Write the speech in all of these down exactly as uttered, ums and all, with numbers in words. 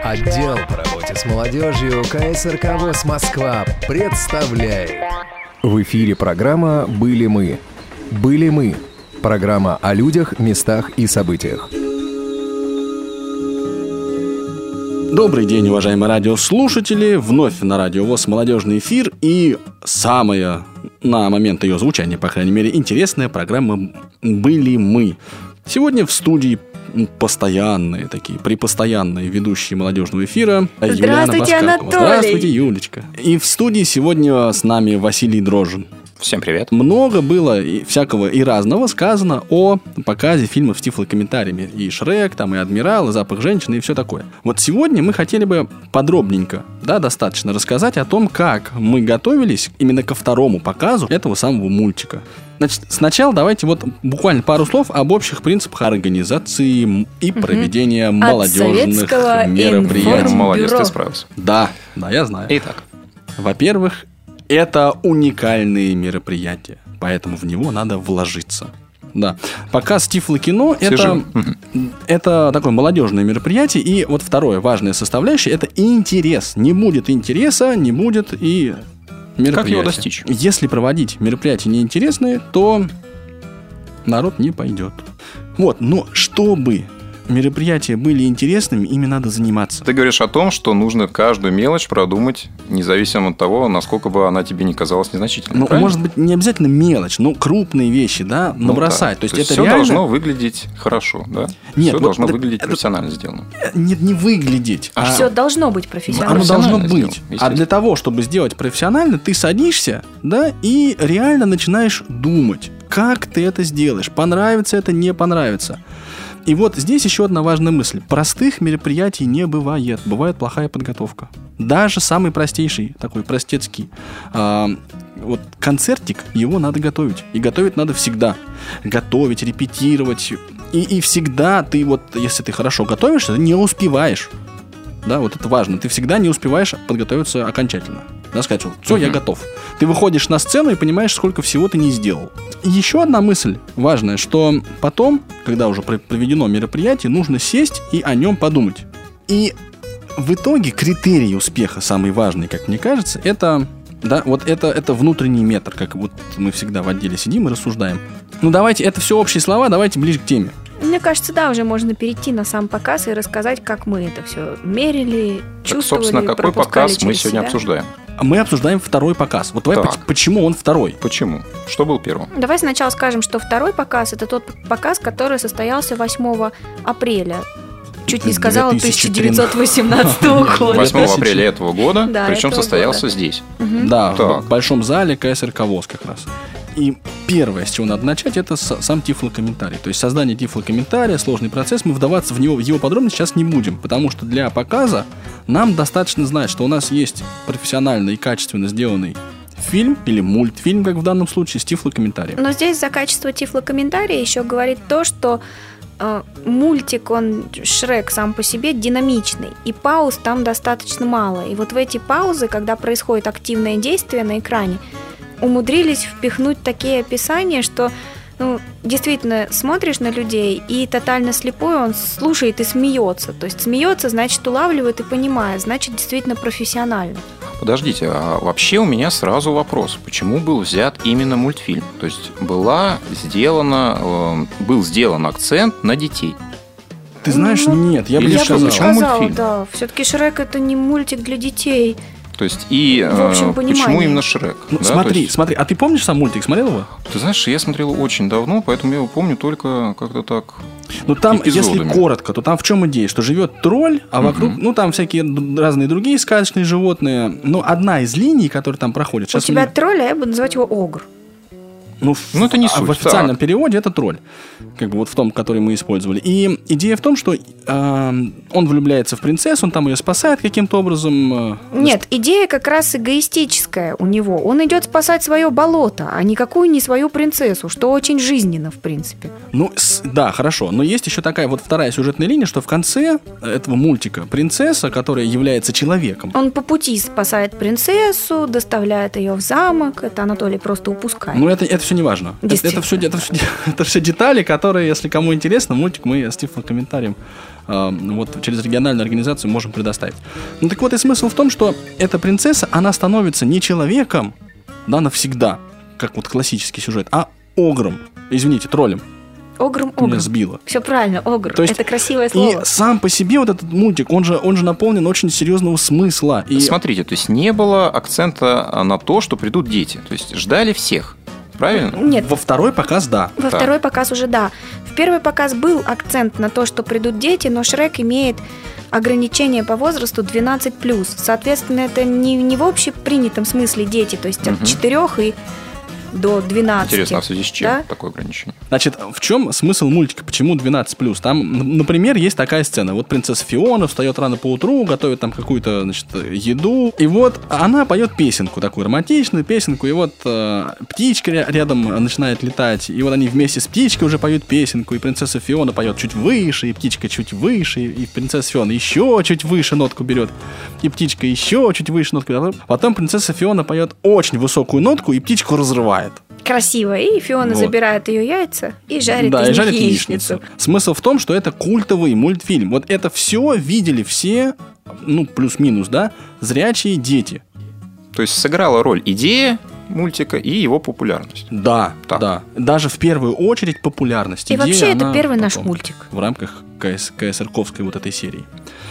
Отдел по работе с молодежью ка эс эр ка ВОС Москва представляет. В эфире программа «Были мы». «Были мы». Программа о людях, местах и событиях. Добрый день, уважаемые радиослушатели. Вновь на радио ВОС молодежный эфир. И самая, на момент ее звучания, по крайней мере, интересная программа «Были мы». Сегодня в студии постоянные такие, припостоянные ведущие молодежного эфира. Здравствуйте, Анатолий. Здравствуйте, Юлечка. И в студии сегодня с нами Василий Дрожжин. Всем привет. Много было и всякого и разного сказано о показе фильмов с тифлокомментариями. И Шрек, там, и Адмирал, и Запах женщины, и все такое. Вот сегодня мы хотели бы подробненько, да, достаточно рассказать о том, как мы готовились именно ко второму показу этого самого мультика. Значит, сначала давайте вот буквально пару слов об общих принципах организации и проведения угу. молодежных мероприятий. Молодец, ты справился. Да, да, я знаю. Итак. Во-первых, это уникальные мероприятия, поэтому в него надо вложиться. Да. Показ тифлокино это, это такое молодежное мероприятие. И вот второе важная составляющая — это интерес. Не будет интереса, не будет и мероприятия. Как его достичь? Если проводить мероприятия неинтересные, то народ не пойдет. Вот, но чтобы мероприятия были интересными, ими надо заниматься. Ты говоришь о том, что нужно каждую мелочь продумать, независимо от того, насколько бы она тебе не казалась незначительной. Ну, правильно? может быть, не обязательно мелочь, но крупные вещи, да, ну, набросать. Да. То есть, То есть это все реально должно выглядеть хорошо, да? Нет, все вот должно это, выглядеть это, профессионально сделано. Нет, не выглядеть. А все должно быть профессионально. Оно должно быть. Сделано, а для того, чтобы сделать профессионально, ты садишься, да, и реально начинаешь думать, как ты это сделаешь, понравится это, не понравится. И вот здесь еще одна важная мысль. Простых мероприятий не бывает. Бывает плохая подготовка. Даже самый простейший, такой простецкий а, вот концертик, его надо готовить. И готовить надо всегда. Готовить, репетировать. И, и всегда ты вот, если ты хорошо готовишься, ты не успеваешь. Да, вот это важно. Ты всегда не успеваешь подготовиться окончательно. Да, сказать, вот, все, uh-huh. я готов. Ты выходишь на сцену и понимаешь, сколько всего ты не сделал. И еще одна мысль важная, что потом, когда уже проведено мероприятие, нужно сесть и о нем подумать. И в итоге критерий успеха, самый важный, как мне кажется, это, да, вот это, это внутренний метр, как вот мы всегда в отделе сидим и рассуждаем. Ну давайте, это все общие слова, давайте ближе к теме. Мне кажется, да, уже можно перейти на сам показ и рассказать, как мы это все мерили, чувствовали, так, собственно, какой показ мы сегодня себя. обсуждаем? Мы обсуждаем второй показ. Вот давай, так. почему он второй? Почему? Что был первым? Давай сначала скажем, что второй показ — это тот показ, который состоялся восьмого апреля. Чуть не сказала тысяча девятьсот восемнадцатого года. восьмого апреля этого года, да, причем этого состоялся года. здесь. Угу. Да, так. в большом зале ка эс эр ка ВОС как раз. И первое, с чего надо начать, это сам тифлокомментарий. То есть создание тифлокомментария, сложный процесс. Мы вдаваться в него, в его подробности сейчас не будем, потому что для показа нам достаточно знать, что у нас есть профессионально и качественно сделанный фильм или мультфильм, как в данном случае, с тифлокомментарием. Но здесь за качество тифлокомментария еще говорит то, что э, мультик, он, Шрек сам по себе динамичный, и пауз там достаточно мало. И вот в эти паузы, когда происходит активное действие на экране, умудрились впихнуть такие описания, что ну, действительно смотришь на людей, и тотально слепой он слушает и смеется. То есть смеется, значит, улавливает и понимает, значит, действительно профессионально. Подождите, а вообще у меня сразу вопрос. Почему был взят именно мультфильм? То есть была сделана, э, был сделан акцент на детей. Ты знаешь, ну, нет, я бы или не что, сказал. почему сказала, мультфильм? Да, все-таки Шрек — это не мультик для детей. То есть, и в общем, э, понимание. почему именно Шрек? Ну, да? смотри, есть... смотри, а ты помнишь сам мультик, смотрел его? Ты знаешь, я смотрел очень давно, поэтому я его помню только как-то так. Ну там, эпизодами. если коротко, то там в чем идея? Что живет тролль, а вокруг, uh-huh. ну там всякие разные другие сказочные животные. Но одна из линий, которая там проходит. У тебя мне... тролль, а я буду называть его огр. Ну, ну, это не а суть. В официальном так. переводе это тролль. Как бы вот в том, который мы использовали. И идея в том, что э, он влюбляется в принцессу, он там ее спасает каким-то образом. Э, Нет, идея как раз эгоистическая у него. Он идет спасать свое болото, а никакую не свою принцессу, что очень жизненно, в принципе. Ну, с, да, хорошо. Но есть еще такая вот вторая сюжетная линия, что в конце этого мультика принцесса, которая является человеком. Он по пути спасает принцессу, доставляет ее в замок. Это Анатолий просто упускает. Ну, это, это все не важно. Это, это, все, это, все, это все детали, которые, если кому интересно, мультик мы с тифлокомментарием э, вот через региональную организацию можем предоставить. Ну так вот и смысл в том, что эта принцесса, она становится не человеком, да, навсегда, как вот классический сюжет, а огром, извините, троллем. Огром, огром. Меня сбило. Все правильно, огр. То есть, это красивое слово. И сам по себе вот этот мультик, он же, он же наполнен очень серьезного смысла. И... Смотрите, то есть не было акцента на то, что придут дети. То есть ждали всех. Правильно? Нет. Во второй показ, да. Во да. второй показ уже да. В первый показ был акцент на то, что придут дети, но Шрек имеет ограничение по возрасту двенадцать плюс. Соответственно, это не, не в общепринятом смысле дети, то есть от угу. четырёх и до двенадцати. Интересно, а в связи с чем да? такое ограничение? Значит, в чем смысл мультика? Почему двенадцать плюс? Там, например, есть такая сцена. Вот принцесса Фиона встает рано поутру, готовит там какую-то, значит, еду. И вот она поет песенку, такую романтичную песенку. И вот э, птичка рядом начинает летать. И вот они вместе с птичкой уже поют песенку. И принцесса Фиона поет чуть выше, и птичка чуть выше. И принцесса Фиона еще чуть выше нотку берет. И птичка еще чуть выше нотку берет. Потом принцесса Фиона поет очень высокую нотку, и птичку разрывает. Красиво. И Фиона вот. забирает ее яйца и жарит да, из и них жарит яичницу. яичницу. Смысл в том, что это культовый мультфильм. Вот это все видели все, ну, плюс-минус, да, зрячие дети. То есть сыграла роль идея мультика и его популярность. Да, так. да. Даже в первую очередь популярность. И Идея, вообще это первый наш мультик. В рамках КС, КСРковской вот этой серии.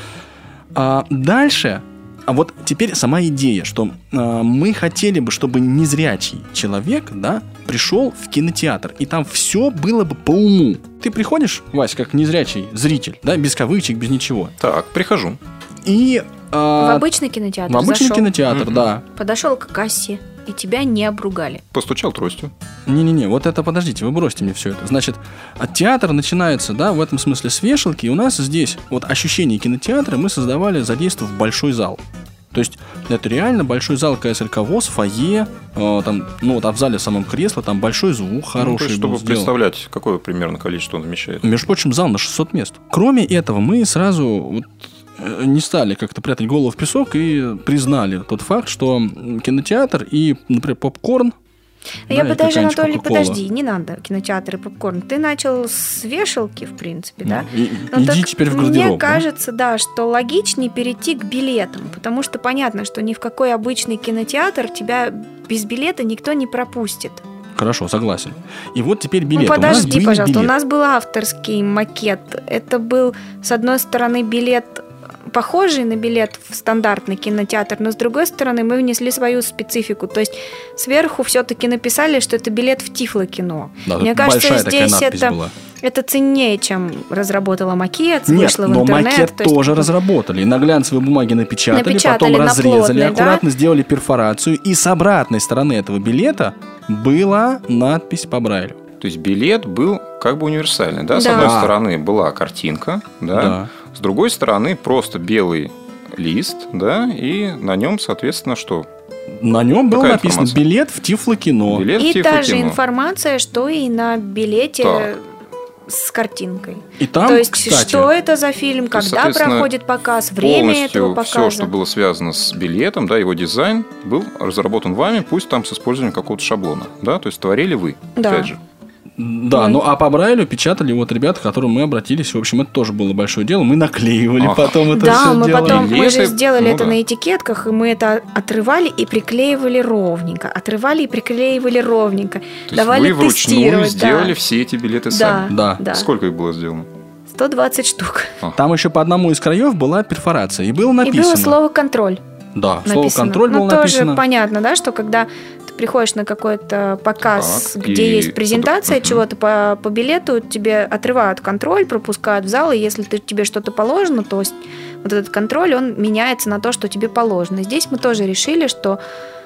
А дальше... А вот теперь сама идея, что э, мы хотели бы, чтобы незрячий человек, да, пришел в кинотеатр, и там все было бы по уму. Ты приходишь, Вась, как незрячий зритель, да, без кавычек, без ничего. Так, прихожу. И... Э, в обычный кинотеатр В обычный зашел, кинотеатр, mm-hmm. да. Подошел к кассе, и тебя не обругали. Постучал тростью. Не-не-не, вот это подождите, вы бросьте мне все это. Значит, театр начинается, да, в этом смысле с вешалки, и у нас здесь вот ощущение кинотеатра мы создавали, задействовав большой зал. То есть это реально большой зал КСРК ВОС, фойе, э, там, ну вот, а в зале в самом кресло, там большой звук хороший. Ну, то есть, чтобы был сделан. представлять, какое примерно количество он вмещает. Между прочим, зал на шестьсот мест. Кроме этого, мы сразу вот, не стали как-то прятать голову в песок и признали тот факт, что кинотеатр и, например, попкорн. Я да, бы даже, Анатолий, Кока-кола. подожди, не надо кинотеатр и попкорн. Ты начал с вешалки, в принципе, да? И, ну, иди теперь в гардероб. Мне кажется, да, что логичнее перейти к билетам, потому что понятно, что ни в какой обычный кинотеатр тебя без билета никто не пропустит. Хорошо, согласен. И вот теперь билет. Ну, подожди, у нас пожалуйста, билет. у нас был авторский макет. Это был, с одной стороны, билет, похожий на билет в стандартный кинотеатр, но с другой стороны мы внесли свою специфику. То есть сверху все-таки написали, что это билет в Тифлокино. Да, Мне кажется, здесь это, была. это ценнее, чем разработала макет, Нет, вышла в но интернет. макет то есть... тоже разработали. На глянцевой бумаге напечатали, напечатали потом на разрезали, плотной, аккуратно да? сделали перфорацию, и с обратной стороны этого билета была надпись по Брайлю. То есть билет был как бы универсальный, да? Да. С одной Да. стороны была картинка, да? Да. С другой стороны просто белый лист, да, и на нем, соответственно, что? На нем было Какая написано информация? билет в Тифлокино. Билет в И та же Тифлокино. информация, что и на билете Так. с картинкой. И там, То есть, кстати, что это за фильм, То есть, когда соответственно, проходит показ, время этого полностью показа. все, что было связано с билетом, да, его дизайн был разработан вами, пусть там с использованием какого-то шаблона, да, то есть творили вы, Да. опять же. Да, Ой. ну а по Брайлю печатали вот ребята, к которым мы обратились. В общем, это тоже было большое дело. Мы наклеивали Ах. потом это Да, все мы дело. потом, мы же Билеты, сделали ну это да. на этикетках, и мы это отрывали и приклеивали ровненько. Отрывали и приклеивали ровненько. То есть Давали вы вручную тестировать. сделали да. все эти билеты Да, сами. Да. да. Сколько их было сделано? сто двадцать штук. Там еще по одному из краев была перфорация. И было написано. И было слово «контроль». Да, написано. слово «контроль» ну, было тоже написано. понятно, да, что когда ты приходишь на какой-то показ, Так, где и есть презентация что-то- чего-то по, по билету, тебе отрывают контроль, пропускают в зал, и если ты, тебе что-то положено, то есть вот этот контроль, он меняется на то, что тебе положено. Здесь мы тоже решили, что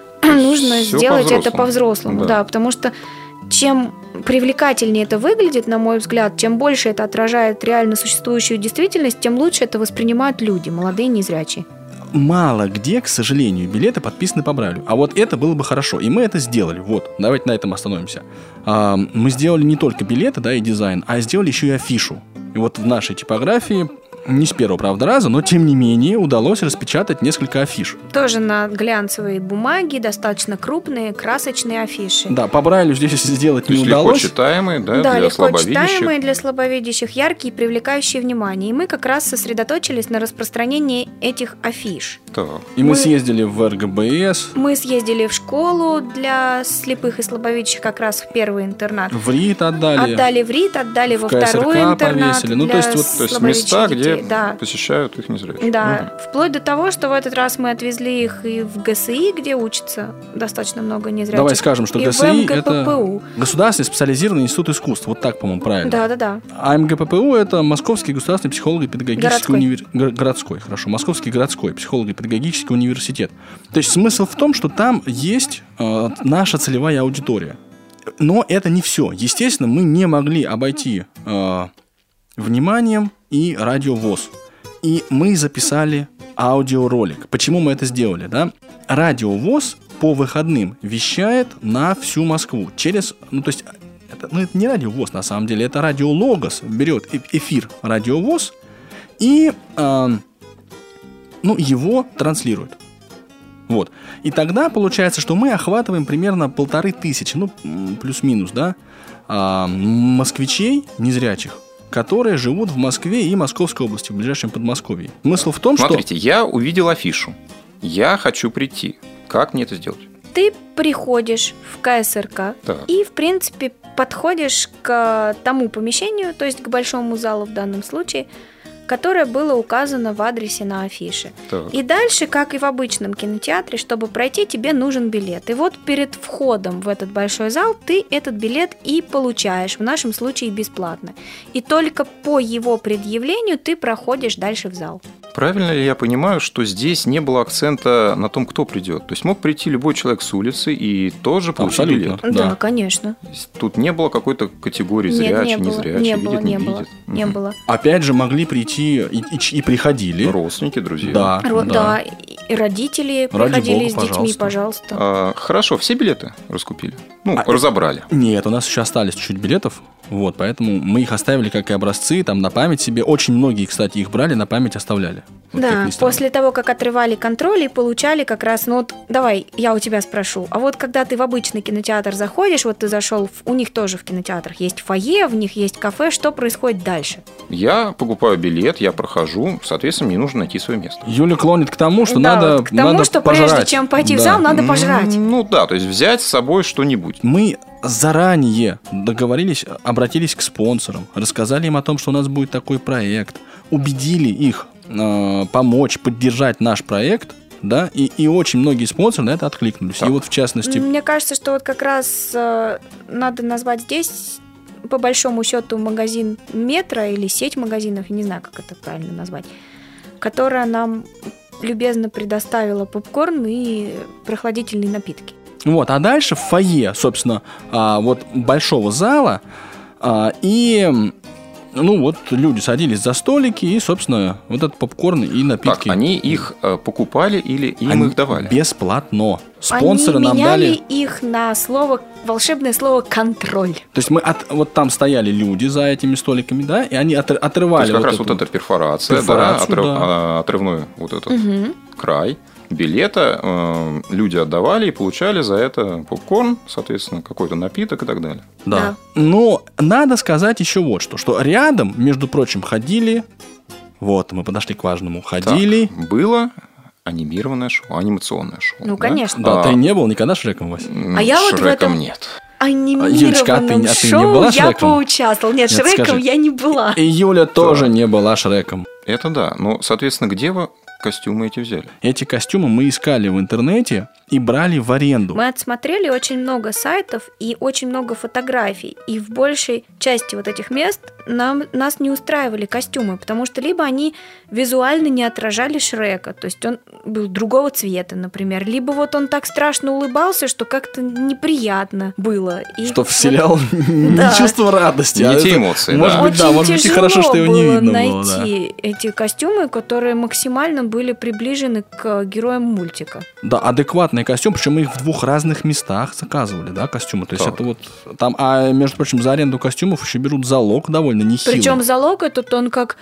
нужно всё сделать это по-взрослому. по-взрослому, Да. да, потому что чем привлекательнее это выглядит, на мой взгляд, чем больше это отражает реально существующую действительность, тем лучше это воспринимают люди, молодые, незрячие. Мало где, к сожалению, билеты подписаны по Брайлю. А вот это было бы хорошо. И мы это сделали. Вот, давайте на этом остановимся. А, мы сделали не только билеты, да, и дизайн, а сделали еще и афишу. И вот в нашей типографии Не с первого, правда, раза, но тем не менее удалось распечатать несколько афиш. Тоже на глянцевой бумаге, достаточно крупные, красочные афиши. Да, по Брайлю здесь сделать То не есть удалось. легко читаемые, да, Да, для легко слабовидящих. читаемые для слабовидящих, яркие, привлекающие внимание. И мы как раз сосредоточились на распространении этих афиш. Так. И мы Мы- съездили в эр гэ бэ эс, Мы съездили в школу для слепых и слабовидящих, как раз в первый интернат. в РИТ отдали. Отдали в РИТ, отдали В во ка эс эр ка второй интернат повесили. Ну, для то есть вот- То есть слабовидящих места, где детей. Да. посещают их незрячие. Да, вплоть до того, что в этот раз мы отвезли их и в гэ эс и, где учатся достаточно много незрячих. Давай скажем, что и гэ эс и в это эм гэ пэ пэ у. Государственный специализированный институт искусств. Вот так, по-моему, правильно. Да, да, да. А эм гэ пэ пэ у это Московский государственный психолого-педагогический Городской. университет. Городской, хорошо. Московский городской психолого-педагогический университет. То есть смысл в том, что там есть э, наша целевая аудитория. Но это не все. Естественно, мы не могли обойти э, вниманием и радиовоз. И мы записали аудиоролик. Почему мы это сделали, да? Радиовоз по выходным вещает на всю Москву через, ну то есть это, ну, это не радиовоз на самом деле, это радиологос берет э- эфир радиовоз и э, ну, его транслирует. Вот. И тогда получается, что мы охватываем примерно полторы тысячи, ну, м, плюс-минус, да, а, москвичей незрячих, которые живут в Москве и Московской области, в ближайшем Подмосковье. Смысл в том, Смотрите, я увидел афишу. Я хочу прийти. Как мне это сделать? Ты приходишь в ка эс эр ка Так. и, в принципе, подходишь к тому помещению, то есть к большому залу в данном случае, которое было указано в адресе на афише. Так. И дальше, как и в обычном кинотеатре, чтобы пройти, тебе нужен билет. И вот перед входом в этот большой зал ты этот билет и получаешь, в нашем случае бесплатно. И только по его предъявлению ты проходишь дальше в зал. Правильно ли я понимаю, что здесь не было акцента на том, кто придет? То есть мог прийти любой человек с улицы и тоже получить Абсолютно. билет? Да, Да. конечно. Тут не было какой-то категории Нет, зрячий, не было, незрячий, не видит, было, не не было, видит. не Мгм. было. Опять же, могли прийти и, и- и приходили. Родственники, друзья. Да, Ро- да. Да, и родители Ради приходили бога, с детьми, пожалуйста. пожалуйста. А, хорошо, все билеты раскупили? Ну, А- разобрали. Нет, у нас еще остались чуть-чуть билетов, вот, поэтому мы их оставили как и образцы, там, на память себе. Очень многие, кстати, их брали, на память оставляли. Вот как Да, ни странно. после того, как отрывали контроль и получали как раз, ну вот, давай, я у тебя спрошу, а вот когда ты в обычный кинотеатр заходишь, вот ты зашел, в- у них тоже в кинотеатрах есть фойе, в них есть кафе, что происходит дальше? Я покупаю билет, я прохожу, соответственно, мне нужно найти свое место. Юля клонит к тому, что Да, надо, вот к тому, надо что пожрать. прежде чем пойти в Да. зал, надо пожрать. М, Ну да, то есть взять с собой что-нибудь. Мы заранее договорились, обратились к спонсорам, рассказали им о том, что у нас будет такой проект, убедили их э, помочь, поддержать наш проект, да, и, и очень многие спонсоры на это откликнулись. Так. И вот в частности, Мне кажется, что вот как раз э, надо назвать здесь, по большому счету, магазин Метро или сеть магазинов, я не знаю, как это правильно назвать, которая нам любезно предоставила попкорн и прохладительные напитки. вот, а дальше в фойе, собственно, а, вот большого зала, а, и ну вот люди садились за столики и, собственно, вот этот попкорн и напитки. Так, они их э, покупали или им Они их давали? бесплатно. Спонсоры Они нам меняли дали. их на слово, волшебное слово «контроль». То есть мы от- вот там стояли люди за этими столиками, да, и они отр- То отрывали есть как раз эту вот эта перфорация, перфорацию, да, отрыв- да. а, отрывной вот этот Мгм. край билета э, люди отдавали и получали за это попкорн, соответственно, какой-то напиток и так далее. Да. Да. Но надо сказать еще вот что, что рядом, между прочим, ходили, вот, мы подошли к важному, ходили. Так, было анимированное шоу, анимационное шоу. Ну, да? конечно. Да, А, ты не был никогда Шреком, Вася? м, А я вот в Шреком этом- нет. Юлечка, а ты- Анимированном а ты не шоу была я Шреком? поучаствовал. Нет, Нет, Шреком скажи. я не была. И Юля тоже не была Шреком. Это да. Но, соответственно, где вы костюмы эти взяли? Эти костюмы мы искали в интернете и брали в аренду. Мы отсмотрели очень много сайтов и очень много фотографий. И в большей части вот этих мест нам, нас не устраивали костюмы, потому что либо они визуально не отражали Шрека, то есть он был другого цвета, например, либо вот он так страшно улыбался, что как-то неприятно было. И Что вот вселял не Да. чувство радости, Не а те это- эмоции, Может да. быть, да, очень может быть, и тяжело хорошо, что его не было видно найти было. Да. эти костюмы, которые максимально были приближены к героям мультика. Да, адекватный костюм, причем мы их в двух разных местах заказывали, да, костюмы. То есть Так. это вот там, а между прочим, за аренду костюмов еще берут залог довольно нехилый. Причем залог этот, он как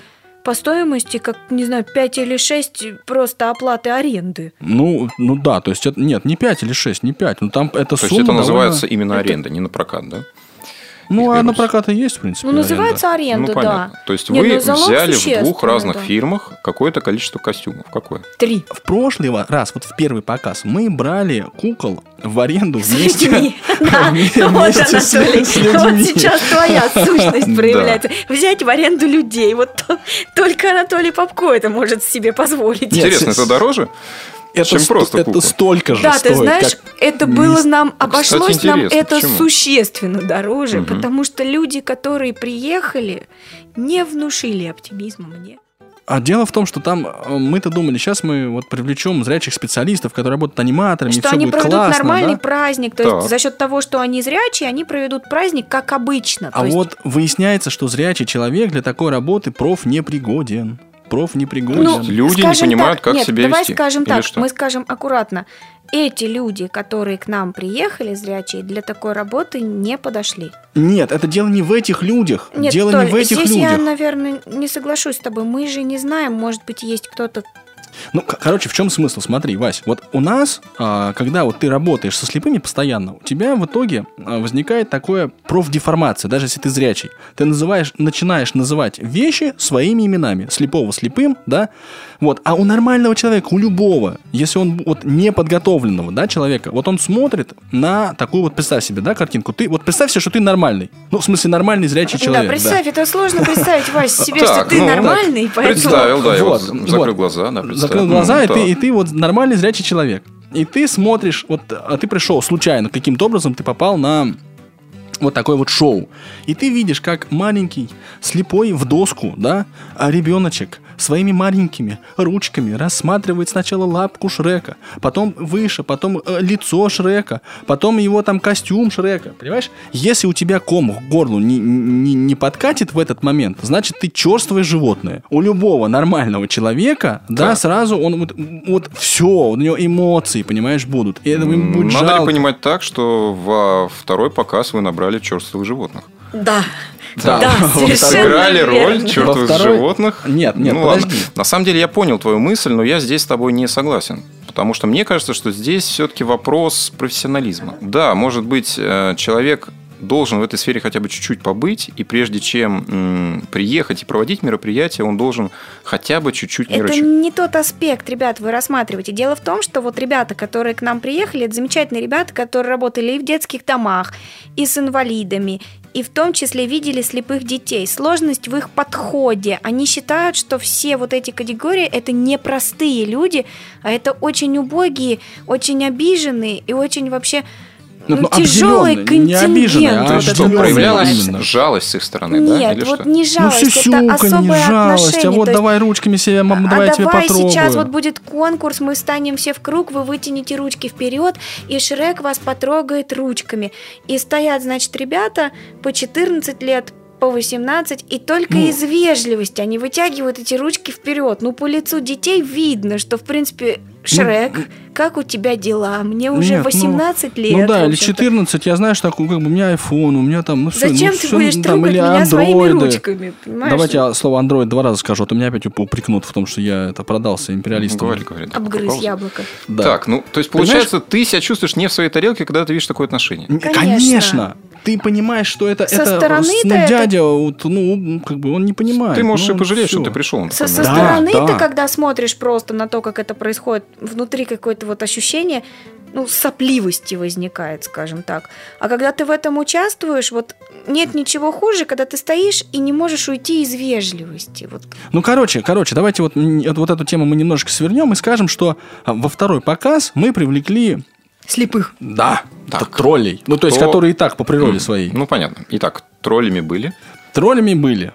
по стоимости, как, не знаю, пять или шесть просто оплаты аренды. Ну, ну да, то есть, это, нет, не пять или шесть, не пять. Ну, там это то сумма есть, это называется довольно... именно это... аренда, не на прокат, да? Ну, а на прокат и есть, в принципе, Ну, называется аренда, ну, да. понятно. То есть, Не, вы ну, залог взяли в двух разных да. фирмах какое-то количество костюмов. Какое? Три. В прошлый раз, вот в первый показ, мы брали кукол в аренду С вместе, людьми. Да, вместе вот, с, Анатолий, с вот людьми. сейчас твоя сущность Да. проявляется. Взять в аренду людей. Вот то- только Анатолий Попко это может себе позволить. Нет, Интересно, с- это дороже? Это, чем ст- просто это кукла. столько же Да, стоит, ты знаешь, как это было лист. нам, Кстати, обошлось нам интересно, это почему? существенно дороже, Мгм. потому что люди, которые приехали, не внушили оптимизма мне. А дело в том, что там э, мы-то думали, сейчас мы вот привлечем зрячих специалистов, которые работают аниматорами, и Что все они будет проведут классно, нормальный да? праздник, то Так. есть за счет того, что они зрячие, они проведут праздник как обычно. А То есть, вот выясняется, что зрячий человек для такой работы проф непригоден. Проф непригоден. ну, Люди не скажем понимают, так, как нет, себя давай вести. скажем Или так, что? мы скажем аккуратно. Эти люди, которые к нам приехали, зрячие, для такой работы не подошли. Нет, это дело не в этих людях. Нет, дело Толь, не в этих здесь людях. я, наверное, не соглашусь с тобой. Мы же не знаем, может быть, есть кто-то... Ну, к- короче, в чем смысл? Смотри, Вась, вот у нас, а, когда вот ты работаешь со слепыми постоянно, у тебя в итоге а, возникает такое профдеформация, даже если ты зрячий. Ты называешь, начинаешь называть вещи своими именами. Слепого слепым, да? Вот. А у нормального человека, у любого, если он вот неподготовленного, да, человека, вот он смотрит на такую вот, представь себе, да, картинку. Ты вот представь себе, что ты нормальный. Ну, в смысле, нормальный зрячий человек. да, представь, это сложно представить, Вась, себе, Так, что ты ну, нормальный, поэтому... Представил, да, я вот Вот, закрыл вот. глаза, да, представил. Закрыл глаза, Ну, и, так. ты, и ты вот нормальный зрячий человек. И ты смотришь, вот, а ты пришел случайно, каким-то образом ты попал на вот такое вот шоу. И ты видишь, как маленький, слепой в доску, да, а ребеночек своими маленькими ручками рассматривает сначала лапку Шрека, потом выше, потом э, лицо Шрека, потом его там костюм Шрека, понимаешь? Если у тебя ком к горлу не, не, не подкатит в этот момент, значит, ты черствое животное. У любого нормального человека, да, Так. сразу он вот, вот все, у него эмоции, понимаешь, будут. И это им будет Надо жалко. ли понимать так, что во второй показ вы набрали черствых животных? Да, Да. да, Вы совершенно Сыграли роль верно. чертовых Во второй- животных? Нет, нет, ну, подожди. ладно. На самом деле я понял твою мысль, но я здесь с тобой не согласен. Потому что мне кажется, что здесь все-таки вопрос профессионализма. Да, может быть, э, человек должен в этой сфере хотя бы чуть-чуть побыть, и прежде чем м, приехать и проводить мероприятие, он должен хотя бы чуть-чуть Это короче, не тот аспект, ребят, вы рассматриваете. Дело в том, что вот ребята, которые к нам приехали, это замечательные ребята, которые работали и в детских домах, и с инвалидами, и в том числе видели слепых детей. Сложность в их подходе. Они считают, что все вот эти категории – это непростые люди, а это очень убогие, очень обиженные и очень вообще... Ну, ну, тяжелый обделенные, не обиженные, контингент. а вот что, этот обделенные проявлялась именно. жалость с их стороны, да? Нет, Или вот что? не Ну, жалость, это сюсюканье, особое жалость, отношение. а вот То есть, давай ручками себе, мам, давай я а тебя давай потрогаю. сейчас вот будет конкурс, мы встанем все в круг, вы вытянете ручки вперед, и Шрек вас потрогает ручками. И стоят, значит, ребята по четырнадцать лет, по восемнадцать, и только Ну. из вежливости они вытягивают эти ручки вперед. Ну, по лицу детей видно, что, в принципе, Шрек, как у тебя дела? Мне уже Нет, ну, восемнадцать лет. Ну да, в или общем-то. четырнадцать, я знаешь, такой, как бы у меня айфон, у меня там, ну все, Зачем ну, ты всё, будешь там, трогать или меня своими андроиды. ручками? Понимаешь? Давайте я слово андроид два раза скажу, а то меня опять уп- упрекнут в том, что я это продался империалистам. Говори, говори. да, Обгрыз пауза. яблоко. Да. Так, ну, то есть, Понимаешь? получается, ты себя чувствуешь не в своей тарелке, когда ты видишь такое отношение. Н- Конечно. Конечно. Ты понимаешь, что это, Со это стороны-то ну, это- дядя, вот, ну, как бы он не понимает. Ты можешь ну, и пожалеть, всё. что ты пришел. на Со, такое со Да, стороны да. ты, когда смотришь просто на то, как это происходит, внутри какое-то вот ощущение, ну, сопливости возникает, скажем так. А когда ты в этом участвуешь, вот нет ничего хуже, когда ты стоишь и не можешь уйти из вежливости. Вот. Ну, короче, короче, давайте вот, м, вот эту тему мы немножко свернем и скажем, что а, во второй показ мы привлекли... Слепых. Да, Так. троллей. Ну, то есть, То- которые и так по природе М, своей. Ну, понятно. Итак, троллями были. Троллями были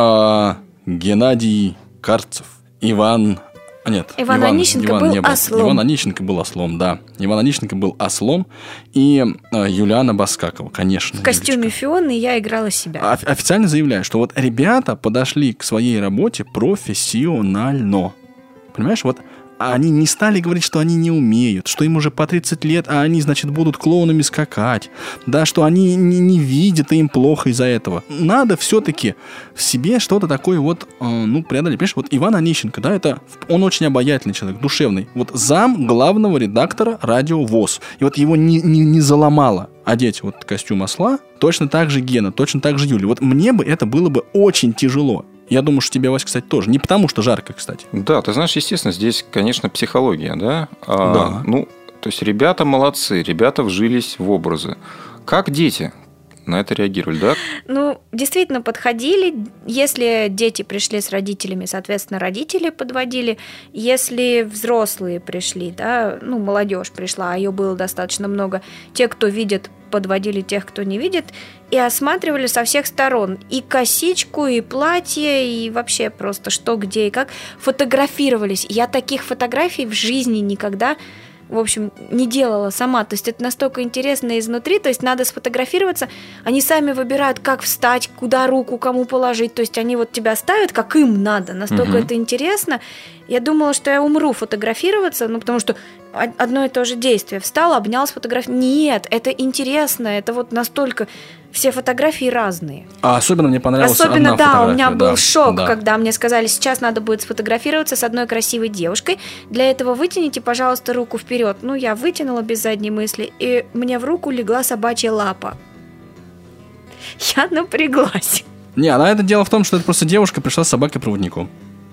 а, Геннадий Карцев, Иван... А нет, Иван Онищенко был не ослом. Иван Онищенко был ослом, да. Иван Онищенко был ослом. И а, Юлиана Баскакова, конечно. В костюме Юлечка. Фионы я играла себя. Оф- Официально заявляю, что вот ребята подошли к своей работе профессионально. Понимаешь, вот они не стали говорить, что они не умеют, что им уже по тридцать лет, а они, значит, будут клоунами скакать, да, что они не, не видят, и им плохо из-за этого. Надо все-таки в себе что-то такое вот, э, ну, преодолеть. Понимаешь, вот Иван Онищенко, да, это, он очень обаятельный человек, душевный. Вот зам главного редактора радио ВОС. И вот его не, не, не заломало одеть вот костюм осла. Точно так же Гена, точно так же Юля. Вот мне бы это было бы очень тяжело. Я думаю, что тебе, Вась, кстати, тоже. Не потому, что жарко, кстати. Да, ты знаешь, естественно, здесь, конечно, психология, да? А, Да. Ну, то есть, ребята молодцы, ребята вжились в образы. Как дети на это реагировали, да? Ну, действительно, подходили. Если дети пришли с родителями, соответственно, родители подводили. Если взрослые пришли, да, ну, молодежь пришла, а ее было достаточно много, те, кто видит, подводили тех, кто не видит, и осматривали со всех сторон. И косичку, и платье, и вообще просто что, где и как. Фотографировались. Я таких фотографий в жизни никогда, в общем, не делала сама. То есть это настолько интересно изнутри, то есть надо сфотографироваться. Они сами выбирают, как встать, куда руку кому положить. То есть они вот тебя ставят, как им надо. Настолько Мгм. это интересно. Я думала, что я умру фотографироваться, ну, потому что одно и то же действие. Встал, обнял, сфотографировал. Нет, это интересно. Это вот настолько... Все фотографии разные. А особенно мне понравилась Особенно, одна да, фотография. у меня был да, шок, да. когда мне сказали, сейчас надо будет сфотографироваться с одной красивой девушкой. Для этого вытяните, пожалуйста, руку вперед. Ну, я вытянула без задней мысли, и мне в руку легла собачья лапа. Я напряглась. Не, она это дело в том, что это просто девушка пришла с собакой-проводником.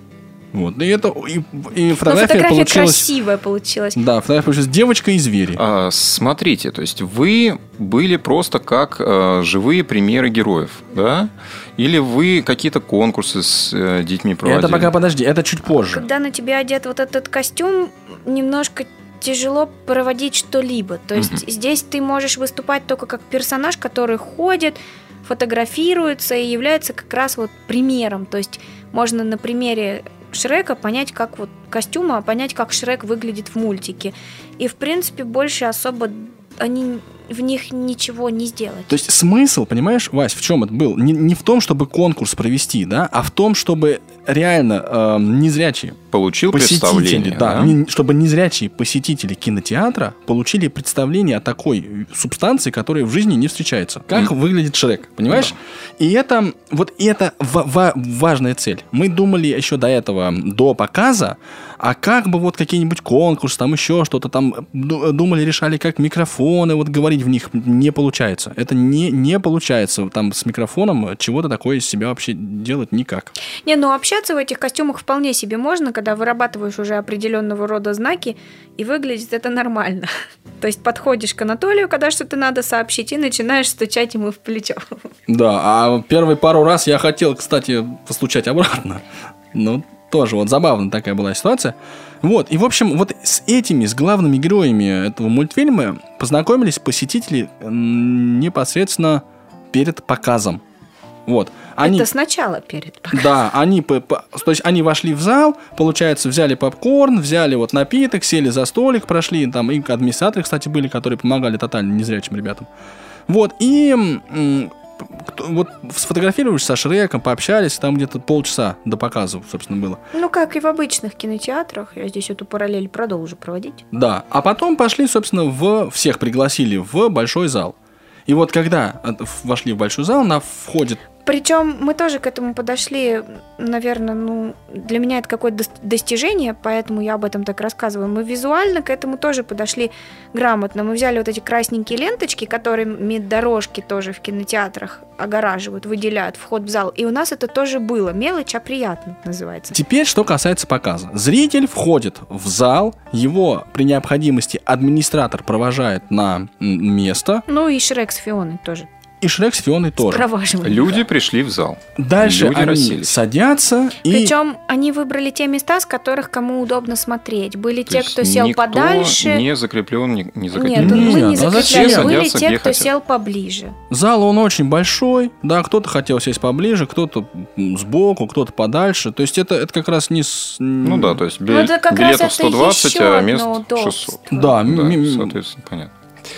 Вот. И это и, и Но фотография, фотография получилась. красивая получилась. Да, фотография получилась девочка и звери. А, смотрите, то есть вы были просто как э, живые примеры героев, да? Или вы какие-то конкурсы с э, детьми проводили? Это пока подожди, это чуть позже. Когда на тебя одет вот этот костюм, немножко тяжело проводить что-либо. То есть Мгм. здесь ты можешь выступать только как персонаж, который ходит, фотографируется и является как раз вот примером. То есть можно на примере Шрека понять, как вот костюма, понять, как Шрек выглядит в мультике. И, в принципе, больше особо они в них ничего не сделать. То есть смысл, понимаешь, Вась, в чем это был? Не, не в том, чтобы конкурс провести, да, а в том, чтобы реально э, незрячие Получил посетители, представление, да, да? не- чтобы незрячие посетители кинотеатра получили представление о такой субстанции, которая в жизни не встречается. Как Мгм. выглядит Шрек, понимаешь? И это вот и это ва- ва- важная цель. Мы думали еще до этого, до показа, а как бы вот какие-нибудь конкурсы, там еще что-то там ду- думали, решали, как микрофоны вот говорить в них, не получается. Это не, не получается. Там с микрофоном чего-то такое из себя вообще делать никак. Не, ну общаться в этих костюмах вполне себе можно, когда вырабатываешь уже определенного рода знаки, и выглядит это нормально. То есть подходишь к Анатолию, когда что-то надо сообщить, и начинаешь стучать ему в плечо. Да, а первые пару раз я хотел, кстати, постучать обратно. Ну, тоже вот забавная такая была ситуация. Вот, и в общем, вот с этими, с главными героями этого мультфильма познакомились посетители м, непосредственно перед показом. Вот. Они, Это сначала перед показом. да, они, по- по- то есть они вошли в зал, получается, взяли попкорн, взяли вот напиток, сели за столик, прошли, там и администраторы, кстати, были, которые помогали тотально незрячим ребятам. Вот, и м, кто- вот сфотографировались со Шреком, пообщались, там где-то полчаса до показа, собственно, было. Ну, как и в обычных кинотеатрах, я здесь эту параллель продолжу проводить. Да, а потом пошли, собственно, в всех пригласили в большой зал. И вот когда э, вошли в большой зал, на входе Причем мы тоже к этому подошли, наверное, ну, для меня это какое-то дос- достижение, поэтому я об этом так рассказываю. Мы визуально к этому тоже подошли грамотно. Мы взяли вот эти красненькие ленточки, которыми дорожки тоже в кинотеатрах огораживают, выделяют вход в зал. И у нас это тоже было. Мелочь, а приятно называется. Теперь, что касается показа. Зритель входит в зал, его при необходимости администратор провожает на м, место, Ну и Шрек с Фионой тоже. и Шрек с Фионой тоже. Спроваживали. Люди пришли в зал. Дальше Люди они расселись. садятся и... Причем они выбрали те места, с которых кому удобно смотреть. Были То те, есть кто сел никто подальше. не закреплен, не, не Нет, закреплен. мы Нет, не а закрепляли. зачем? Были Садятся, те, где кто хотят. сел поближе. Зал, он очень большой, да, кто-то хотел сесть поближе, кто-то м, сбоку, кто-то подальше. То есть это, это как раз не... С... Ну да, то есть Ну, билет- это как раз билетов это сто двадцать, еще а одно мест удобство. шестьсот. Да, м- Да, м- соответственно, понятно.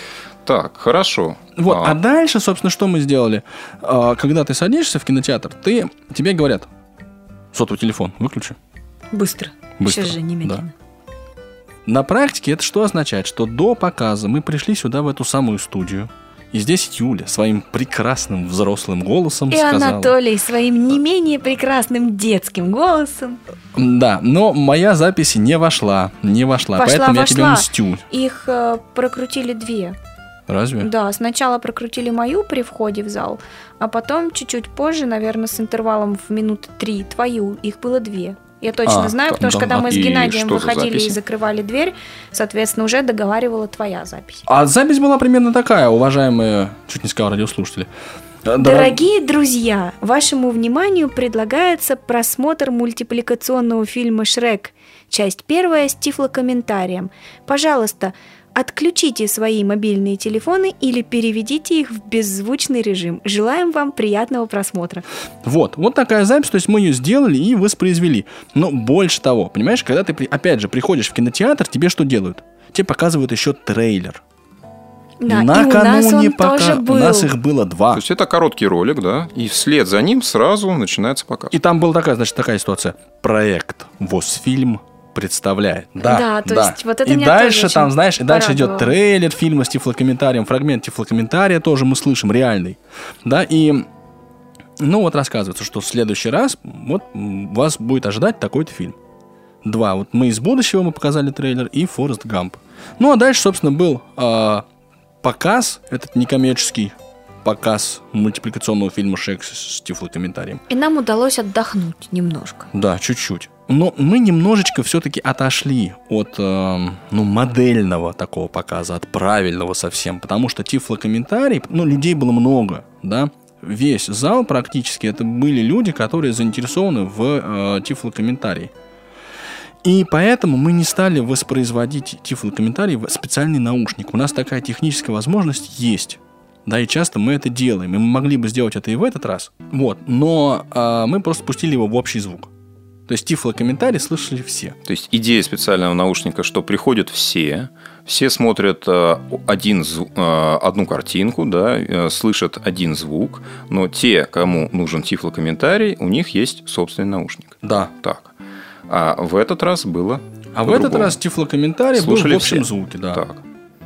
Так, хорошо. Вот, а. А, дальше, собственно, что мы сделали? А, Когда ты садишься в кинотеатр, ты, тебе говорят, сотовый телефон выключи. Быстро. Быстро, Сейчас же немедленно. На практике это что означает? Что до показа мы пришли сюда, в эту самую студию, и здесь Юля своим прекрасным взрослым голосом и сказала... Анатолий своим не менее прекрасным детским голосом. Да, но моя запись не вошла, не вошла, Пошла, поэтому вошла. я тебе мстю. Их э, прокрутили две. Разве? Да, сначала прокрутили мою при входе в зал, а потом чуть-чуть позже, наверное, с интервалом в минуты три, твою. Их было две. Я точно А, знаю, да, потому что да, когда мы с и Геннадием что за выходили и записи? закрывали дверь, соответственно, уже договаривала твоя запись. А запись была примерно такая, уважаемые, чуть не сказал радиослушатели. Дорог- Дорогие друзья, вашему вниманию предлагается просмотр мультипликационного фильма «Шрек», часть первая с тифлокомментарием. Пожалуйста, отключите свои мобильные телефоны или переведите их в беззвучный режим. Желаем вам приятного просмотра. Вот, вот такая запись, то есть мы ее сделали и воспроизвели. Но больше того, понимаешь, когда ты, при- опять же, приходишь в кинотеатр, тебе что делают? Тебе показывают еще трейлер. Да, и у нас Накануне он пока... тоже был. У нас их было два. То есть это короткий ролик, да, и вслед за ним сразу начинается показ. И там была такая, значит, такая ситуация. Проект «Восфильм» представляет. Да, Да, то да. есть вот это и меня дальше тоже там, очень знаешь, и дальше идет порадовало. трейлер фильма с тифлокомментарием, фрагмент тифлокомментария тоже мы слышим, реальный. Да, и ну вот рассказывается, что в следующий раз вот м, вас будет ожидать такой-то фильм. Два. Вот мы из будущего мы показали трейлер и Форест Гамп. Ну а дальше, собственно, был а, показ, этот некоммерческий показ мультипликационного фильма «Шрек» с, с тифлокомментарием. И нам удалось отдохнуть немножко. Да, чуть-чуть. Но мы немножечко все-таки отошли от э, ну, модельного такого показа, от правильного совсем, потому что тифлокомментарий, ну, людей было много, да. Весь зал практически это были люди, которые заинтересованы в э, тифлокомментарии. И поэтому мы не стали воспроизводить тифлокомментарий в специальный наушник. У нас такая техническая возможность есть. Да, и часто мы это делаем. И мы могли бы сделать это и в этот раз. Вот. Но э, мы просто пустили его в общий звук. То есть тифлокомментарий слышали все. То есть идея специального наушника, что приходят все, все смотрят э, один, зв- э, одну картинку, да, э, слышат один звук, но те, кому нужен тифлокомментарий, у них есть собственный наушник. Да. Так. А в этот раз было А в по-другому. этот раз тифлокомментарий Слушали был в общем все. звуке, да. Так.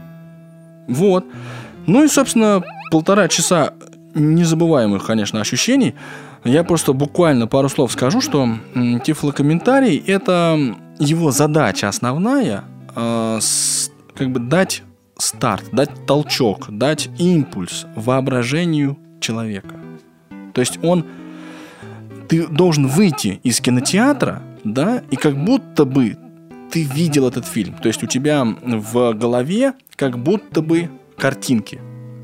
Вот. Ну и, собственно, полтора часа незабываемых, конечно, ощущений. Я просто буквально пару слов скажу, что м, тифлокомментарий – это его задача основная, э, с- как бы дать старт, дать толчок, дать импульс воображению человека. То есть он, ты должен выйти из кинотеатра, да, и как будто бы ты видел этот фильм. То есть у тебя в голове как будто бы картинки.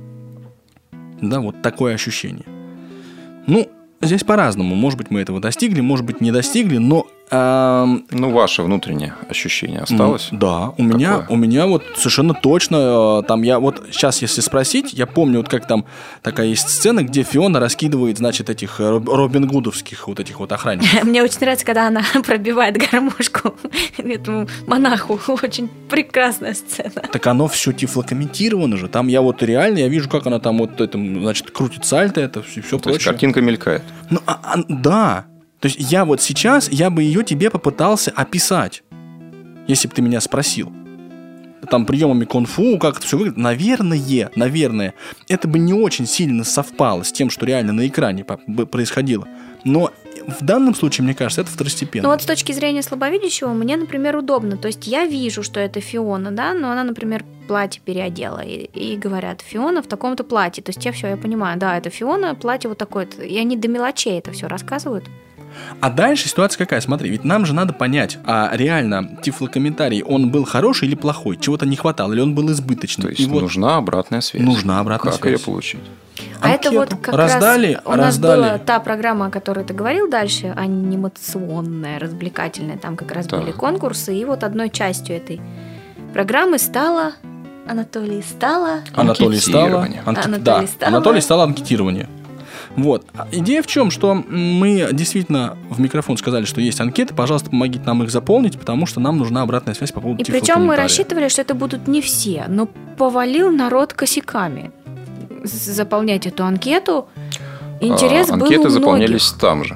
Да, вот такое ощущение. Ну, здесь по-разному. Может быть, мы этого достигли, может быть, не достигли, но... эм, Ну, ваше внутреннее ощущение осталось? м, Да, у меня, Какое? у меня вот совершенно точно, э, там я вот сейчас, если спросить, я помню, вот как там такая есть сцена, где Фиона раскидывает, значит, этих э, Роб- Робин Гудовских вот этих вот охранников. Мне очень нравится, когда она пробивает гармошку этому монаху. Очень прекрасная сцена. Так оно все тифлокомментировано же. Там я вот реально, я вижу, как она там вот это, значит, крутит сальто, это все, все То есть прочее. картинка мелькает. Ну, а- а- да. То есть я вот сейчас, я бы ее тебе попытался описать, если бы ты меня спросил. Там приемами кунг-фу, как это все выглядит. Наверное, наверное, это бы не очень сильно совпало с тем, что реально на экране по- бы происходило. Но в данном случае, мне кажется, это второстепенно. Ну вот с точки зрения слабовидящего, мне, например, удобно. То есть я вижу, что это Фиона, да, но она, например, платье переодела. И, и говорят, Фиона в таком-то платье. То есть я все, я понимаю, да, это Фиона, платье вот такое-то. И они до мелочей это все рассказывают. А дальше ситуация какая? Смотри, ведь нам же надо понять, а реально тифлокомментарий, он был хороший или плохой? Чего-то не хватало, или он был избыточным? То есть И вот нужна обратная связь. нужна обратная Как связь. ее получить? А это вот Анкету как раздали, раз у нас раздали. была та программа, о которой ты говорил дальше, анимационная, развлекательная, там как раз Так. были конкурсы, и вот одной частью этой программы стала Анатолий стала Анатолий стало, Анкетирование. анке- Анатолий да, стало. Анатолий стало анкетирование. Вот. А идея в чем, что мы действительно в микрофон сказали, что есть анкеты, пожалуйста, помогите нам их заполнить, потому что нам нужна обратная связь по поводу И причем мы тифлокомментария. рассчитывали, что это будут не все, но повалил народ косяками заполнять эту анкету. Интерес А, был анкеты у многих. заполнялись там же.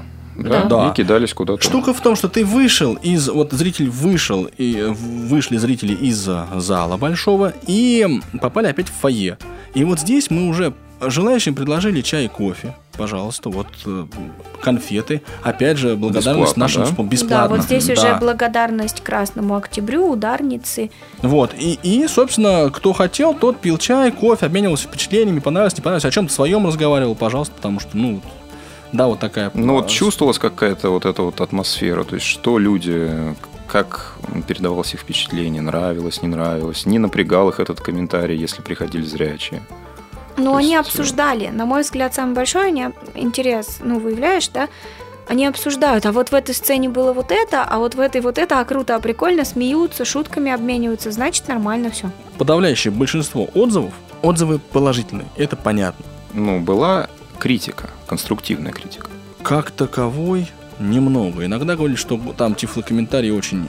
Да, Да. и кидались куда-то. Штука в том, что ты вышел из... Вот зритель вышел, и вышли зрители из зала большого и попали опять в фойе. И вот здесь мы уже желающим предложили чай и кофе. Пожалуйста, вот э, конфеты. Опять же, благодарность Бесплатно, нашим да? спон- бесплатно. Да, вот здесь Да. уже благодарность Красному Октябрю, ударницы. Вот, и, и, собственно, кто хотел, тот пил чай, кофе, обменивался впечатлениями, понравилось, не понравилось, о чем-то своем разговаривал, пожалуйста, потому что, ну, да, вот такая... Ну вот чувствовалась какая-то вот эта вот атмосфера, то есть что люди, как передавалось их впечатление, нравилось, не нравилось, не напрягал их этот комментарий, если приходили зрячие. Но То они есть, обсуждали. На мой взгляд, самый большой они, интерес, ну, выявляешь, да? Они обсуждают, а вот в этой сцене было вот это, а вот в этой вот это, а круто, а прикольно, смеются, шутками обмениваются, значит, нормально все. Подавляющее большинство отзывов, отзывы положительные, это понятно. Ну, была критика, конструктивная критика. Как таковой немного. Иногда говорили, что там тифлокомментарии очень...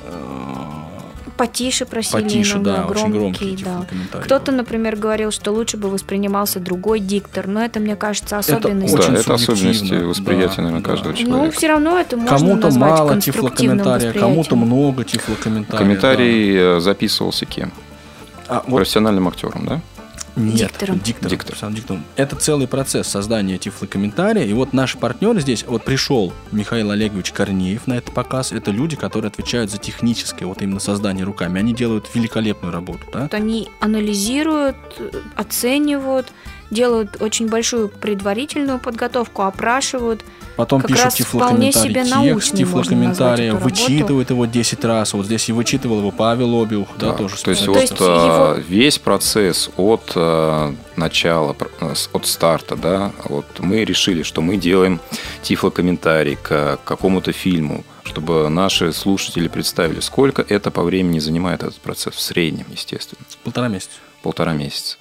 Потише просили, Потише, иногда, да, очень громкие да. тифлокомментарии. Кто-то, например, говорил, что лучше бы воспринимался другой диктор, но это, мне кажется, особенность. Очень Да, это субъективно. особенности восприятия, Да, наверное, да. каждого Ну, человека. все равно это можно Кому-то назвать мало конструктивным тифлокомментария, восприятием. кому-то много тифлокомментариев. Комментарий э, записывался кем? Да. А, вот Профессиональным актером, да? Нет, Диктором. диктором. Диктор. Профессиональным диктором. Это целый процесс создания тифлокомментария. И вот наши партнеры здесь, вот пришел Михаил Олегович Корнеев на этот показ. Это люди, которые отвечают за техническое, вот именно создание руками. Они делают великолепную работу. Да? Вот они анализируют, оценивают, делают очень большую предварительную подготовку, опрашивают. Потом Как пишут раз вполне себе тифлокомментарий, научной текст можно тифлокомментария, назвать эту вычитывает его десять раз. Вот здесь и вычитывал его Павел Обиух, да, Да, тоже. то есть То вот есть э, его- весь процесс от э, начала, пр- э, с- от старта, да, вот мы решили, что мы делаем тифлокомментарий к какому-то фильму, чтобы наши слушатели представили, сколько это по времени занимает этот процесс в среднем, естественно, Полтора месяца. полтора месяца.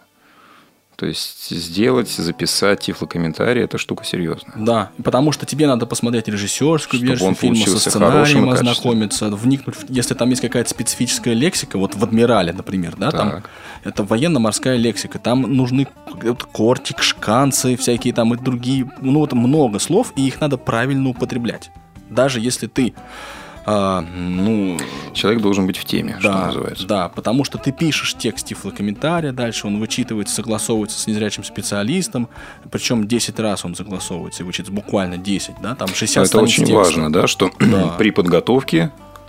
То есть сделать, записать тифлокомментарий – это штука серьезная. Да, потому что тебе надо посмотреть режиссерскую Чтобы версию он фильма, со получился сценарием хорошим и ознакомиться, вникнуть, в- если там есть какая-то специфическая лексика, вот в «Адмирале», например, да, там Так. это военно-морская лексика, там нужны вот кортик, шканцы, всякие там и другие, ну вот много слов, и их надо правильно употреблять. Даже если ты, а, ну... Человек должен быть в теме, что Да, называется. да, потому что ты пишешь текст тифлокомментария, дальше он вычитывается, согласовывается с незрячим специалистом, причем десять раз он согласовывается и вычитывается, буквально десять, да, там шестьдесят Это страниц очень текста. важно, да, что Да. при подготовке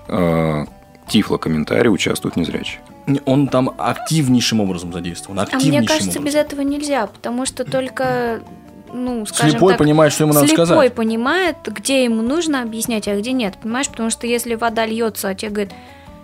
э, тифлокомментария участвуют незрячие. Он там активнейшим образом задействован, А активнейшим мне кажется, образом. без этого нельзя, потому что только, ну, скажем Слепой так, понимает, что ему надо слепой сказать. понимает, где ему нужно объяснять, а где нет, понимаешь? Потому что если вода льется, а тебе говорят,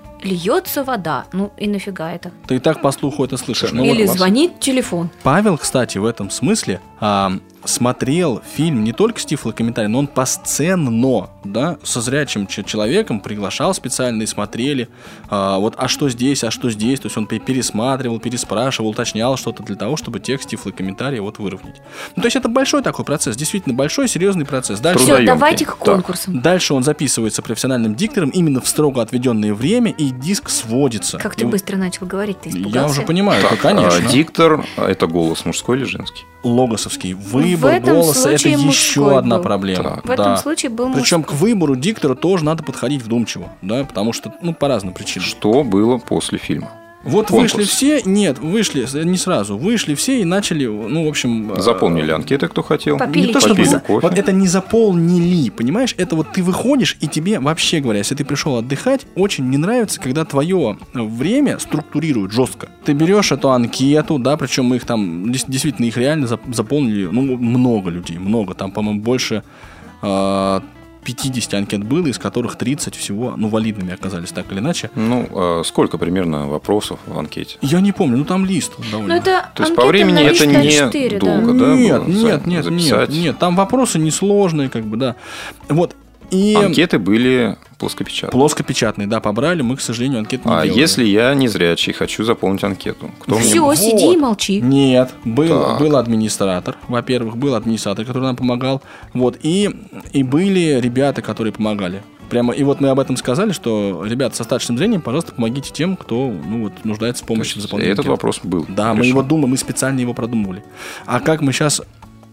льется вода, ну и нафига это? Ты и так по слуху это слышишь. Ну, Или вот звонит телефон. Павел, кстати, в этом смысле а, смотрел фильм не только с тифлокомментарием, но он посценно, да, со зрячим ч- человеком приглашал специально и смотрели, а, вот, а что здесь, а что здесь, то есть он пе- пересматривал, переспрашивал, уточнял что-то для того, чтобы текст тифлокомментария вот выровнять. Ну, то есть это большой такой процесс, действительно большой, серьезный процесс. Дальше, Все, Трудоемкий. давайте к Так. конкурсам. дальше он записывается профессиональным диктором именно в строго отведенное время, и диск сводится. Как И ты вот- быстро начал говорить, ты испугался? Я уже понимаю, это Так, конечно. а диктор – это голос мужской или женский? Логосовский. Выбор этом голоса – это случае еще мужской одна был. проблема. Так. В этом случае был Причем мужской. к выбору диктора тоже надо подходить вдумчиво, да, потому что, ну, по разным причинам. Что было после фильма? Вот Конкурс. вышли все, нет, вышли не сразу, вышли все и начали, ну, в общем... э, Заполнили анкеты, кто хотел. Попили Не то, чтобы Попили за- кофе. вот это не заполнили, понимаешь? Это вот ты выходишь, и тебе, вообще говоря, если ты пришел отдыхать, очень не нравится, когда твое время структурируют жестко. Ты берешь эту анкету, да, причем мы их там, дес- действительно, их реально зап- заполнили, ну, много людей, много, там, по-моему, больше э, пятьдесят анкет было, из которых тридцать всего, ну, валидными оказались, так или иначе. Ну, а сколько примерно вопросов в анкете? Я не помню, ну, там лист довольно. Ну, это То есть по анкета времени на это листа не четыре, да. долго, да? Нет, было нет, за- нет, записать? нет, нет, там вопросы несложные, как бы, да. Вот, и... Анкеты были плоскопечатные. Плоскопечатные, да, побрали, мы, к сожалению, анкеты не А делали. если я не зрячий, хочу заполнить анкету? Кто мне... Все, сиди Вот. и молчи. Нет, был, Так. был администратор, во-первых, был администратор, который нам помогал, вот, и, и были ребята, которые помогали. Прямо, и вот мы об этом сказали, что, ребята с остаточным зрением, пожалуйста, помогите тем, кто, ну, вот, нуждается в То помощи в есть заполнении этот анкеты. вопрос был. Да, мы решен. его думаем, мы специально его продумывали. А как мы сейчас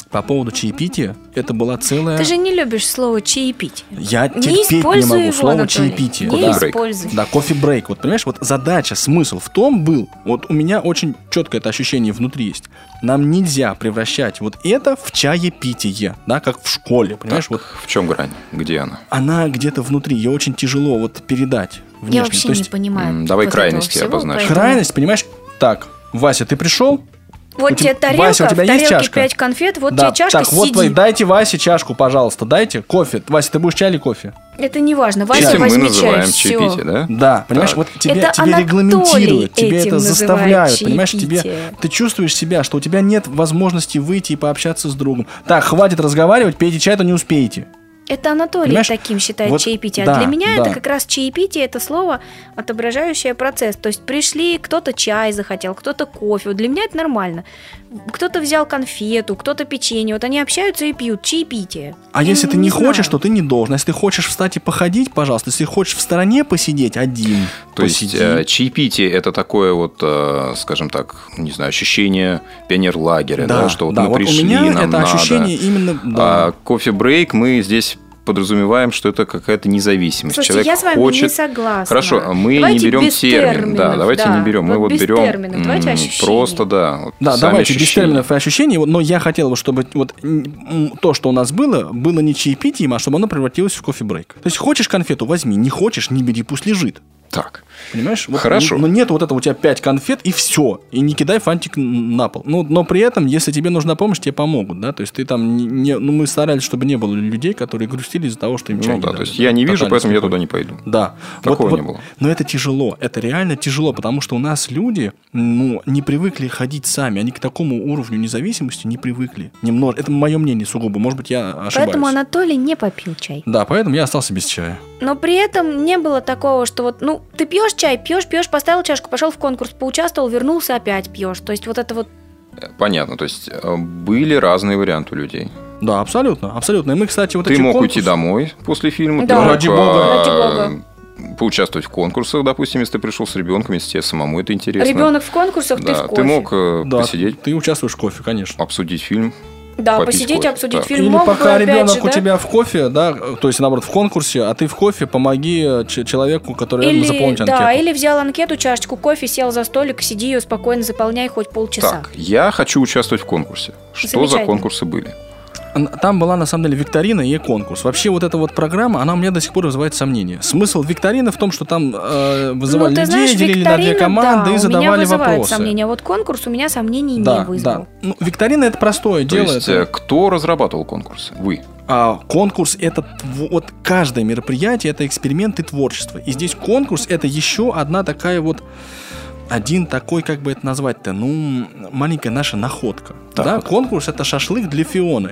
по поводу чаепития, это была целая... Ты же не любишь слово «чаепить». Я Не терпеть не используй могу его, слово Анатолий. чаепитие. Не Да. используй. Да, кофе-брейк. Вот понимаешь, вот задача, смысл в том был, вот у меня очень четко это ощущение внутри есть. Нам нельзя превращать вот это в чаепитие, да, как в школе, понимаешь? Так, Вот в чем грань? Где она? она где-то внутри, ее очень тяжело вот передать внешне. Я вообще То есть не понимаю. м, давай вот крайности этого всего, обозначим. поэтому- крайность, понимаешь? Так, Вася, ты пришел? Вот У тебя- тебе тарелка, Вася, у тебя в есть тарелке чашка? пять конфет, вот Да, тебе чашка, так, вот сиди. твои, дайте Васе чашку, пожалуйста, дайте кофе. Вася, ты будешь чай или кофе? Это не важно. Вася, Этим мы возьми чай, называем всё. чаепитие, да? Да, понимаешь, Так. вот тебе, Это тебе Анатолий регламентируют, тебе этим это называет заставляют, понимаешь, тебе, чаепитие. ты чувствуешь себя, что у тебя нет возможности выйти и пообщаться с другом. Так, хватит разговаривать, пейте чай, то не успеете. Это Анатолий Понимаешь? таким считает Вот, чаепитие. да, А для меня да. это как раз чаепитие, это слово, отображающее процесс. То есть пришли, кто-то чай захотел, кто-то кофе. Вот для меня это нормально. Кто-то взял конфету, кто-то печенье. Вот они общаются и пьют. Чаепитие. А Я если ты не знаю. хочешь, то ты не должен. Если ты хочешь встать и походить, пожалуйста. Если хочешь в стороне посидеть один, То есть посиди. э, чаепитие – это такое вот, э, скажем так, не знаю, ощущение пионерлагеря, да, что вот мы вот пришли, у меня нам это надо. ощущение именно... Да. А кофе-брейк мы здесь подразумеваем, что это какая-то независимость. Слушайте, Человек я с вами хочет... не согласна. Хорошо, мы Давайте не берем без термин. терминов, Да, давайте да. не берем. Мы Вот вот без берем терминов, давайте м, ощущения. просто, да. Вот Да, сами давайте без ощущения. терминов и ощущений, вот, но я хотел бы, чтобы вот м, то, что у нас было, было не чаепитием, а чтобы оно превратилось в кофе-брейк. То есть хочешь конфету, возьми, не хочешь, не бери, пусть лежит. Так, Понимаешь? Вот, Хорошо. Но нет вот этого у тебя пять конфет и все. И не кидай фантик на пол. Ну, но при этом, если тебе нужна помощь, тебе помогут, да? То есть ты там не, не- ну, мы старались, чтобы не было людей, которые грустили из-за того, что им чай ну не да, дали, то есть я не вижу, Тотально поэтому я слепой. туда не пойду. Да. Такого не было. Но это тяжело. Это реально тяжело, потому что у нас люди, ну, не привыкли ходить сами. Они к такому уровню независимости не привыкли. Немного. Это мое мнение сугубо. Может быть, я ошибаюсь. Поэтому Анатолий не попил чай. Да, поэтому я остался без чая. Но при этом не было такого, что вот, ну, ты пьешь чай, пьешь, пьешь, поставил чашку, пошел в конкурс, поучаствовал, вернулся, опять пьешь. То есть вот это вот. Понятно, то есть э, были разные варианты у людей. Да, абсолютно, абсолютно. И мы, кстати, вот Ты эти мог конкурсы- уйти домой после фильма, Да. ты мог, Ради бога. а, Ради бога. поучаствовать в конкурсах, допустим, если ты пришел с ребенком, если тебе самому это интересно. Ребенок в конкурсах, ты Да, в кофе. ты мог э, Да, посидеть, ты участвуешь в кофе, конечно. обсудить фильм. Да, попить посидеть, кофе. обсудить Так. фильм. Или Мог бы, пока опять ребенок же, у да? тебя в кофе, да, то есть, наоборот, в конкурсе, а ты в кофе, помоги ч- человеку, который рядом, Или, заполнить да, анкету. или взял анкету, чашечку кофе, сел за столик, сиди ее спокойно заполняй хоть полчаса. Так, я хочу участвовать в конкурсе. Что за Замечательно. конкурсы были? Там была, на самом деле, викторина и конкурс. Вообще, вот эта вот программа, она у меня до сих пор вызывает сомнения. Смысл викторины в том, что там э, вызывали ну, ты людей, знаешь, делили на две викторина, команды да, и у меня задавали вызывает вопросы. сомнения. Вот конкурс у меня сомнений Да, не вызвал. да. Ну, викторина это простое То дело. есть, это- э, кто разрабатывал конкурс? Вы. А конкурс это тв- вот каждое мероприятие это эксперимент и творчество. И здесь конкурс это еще одна такая вот один такой, как бы это назвать-то, ну, маленькая наша находка. Так Да, вот. конкурс это шашлык для Фионы.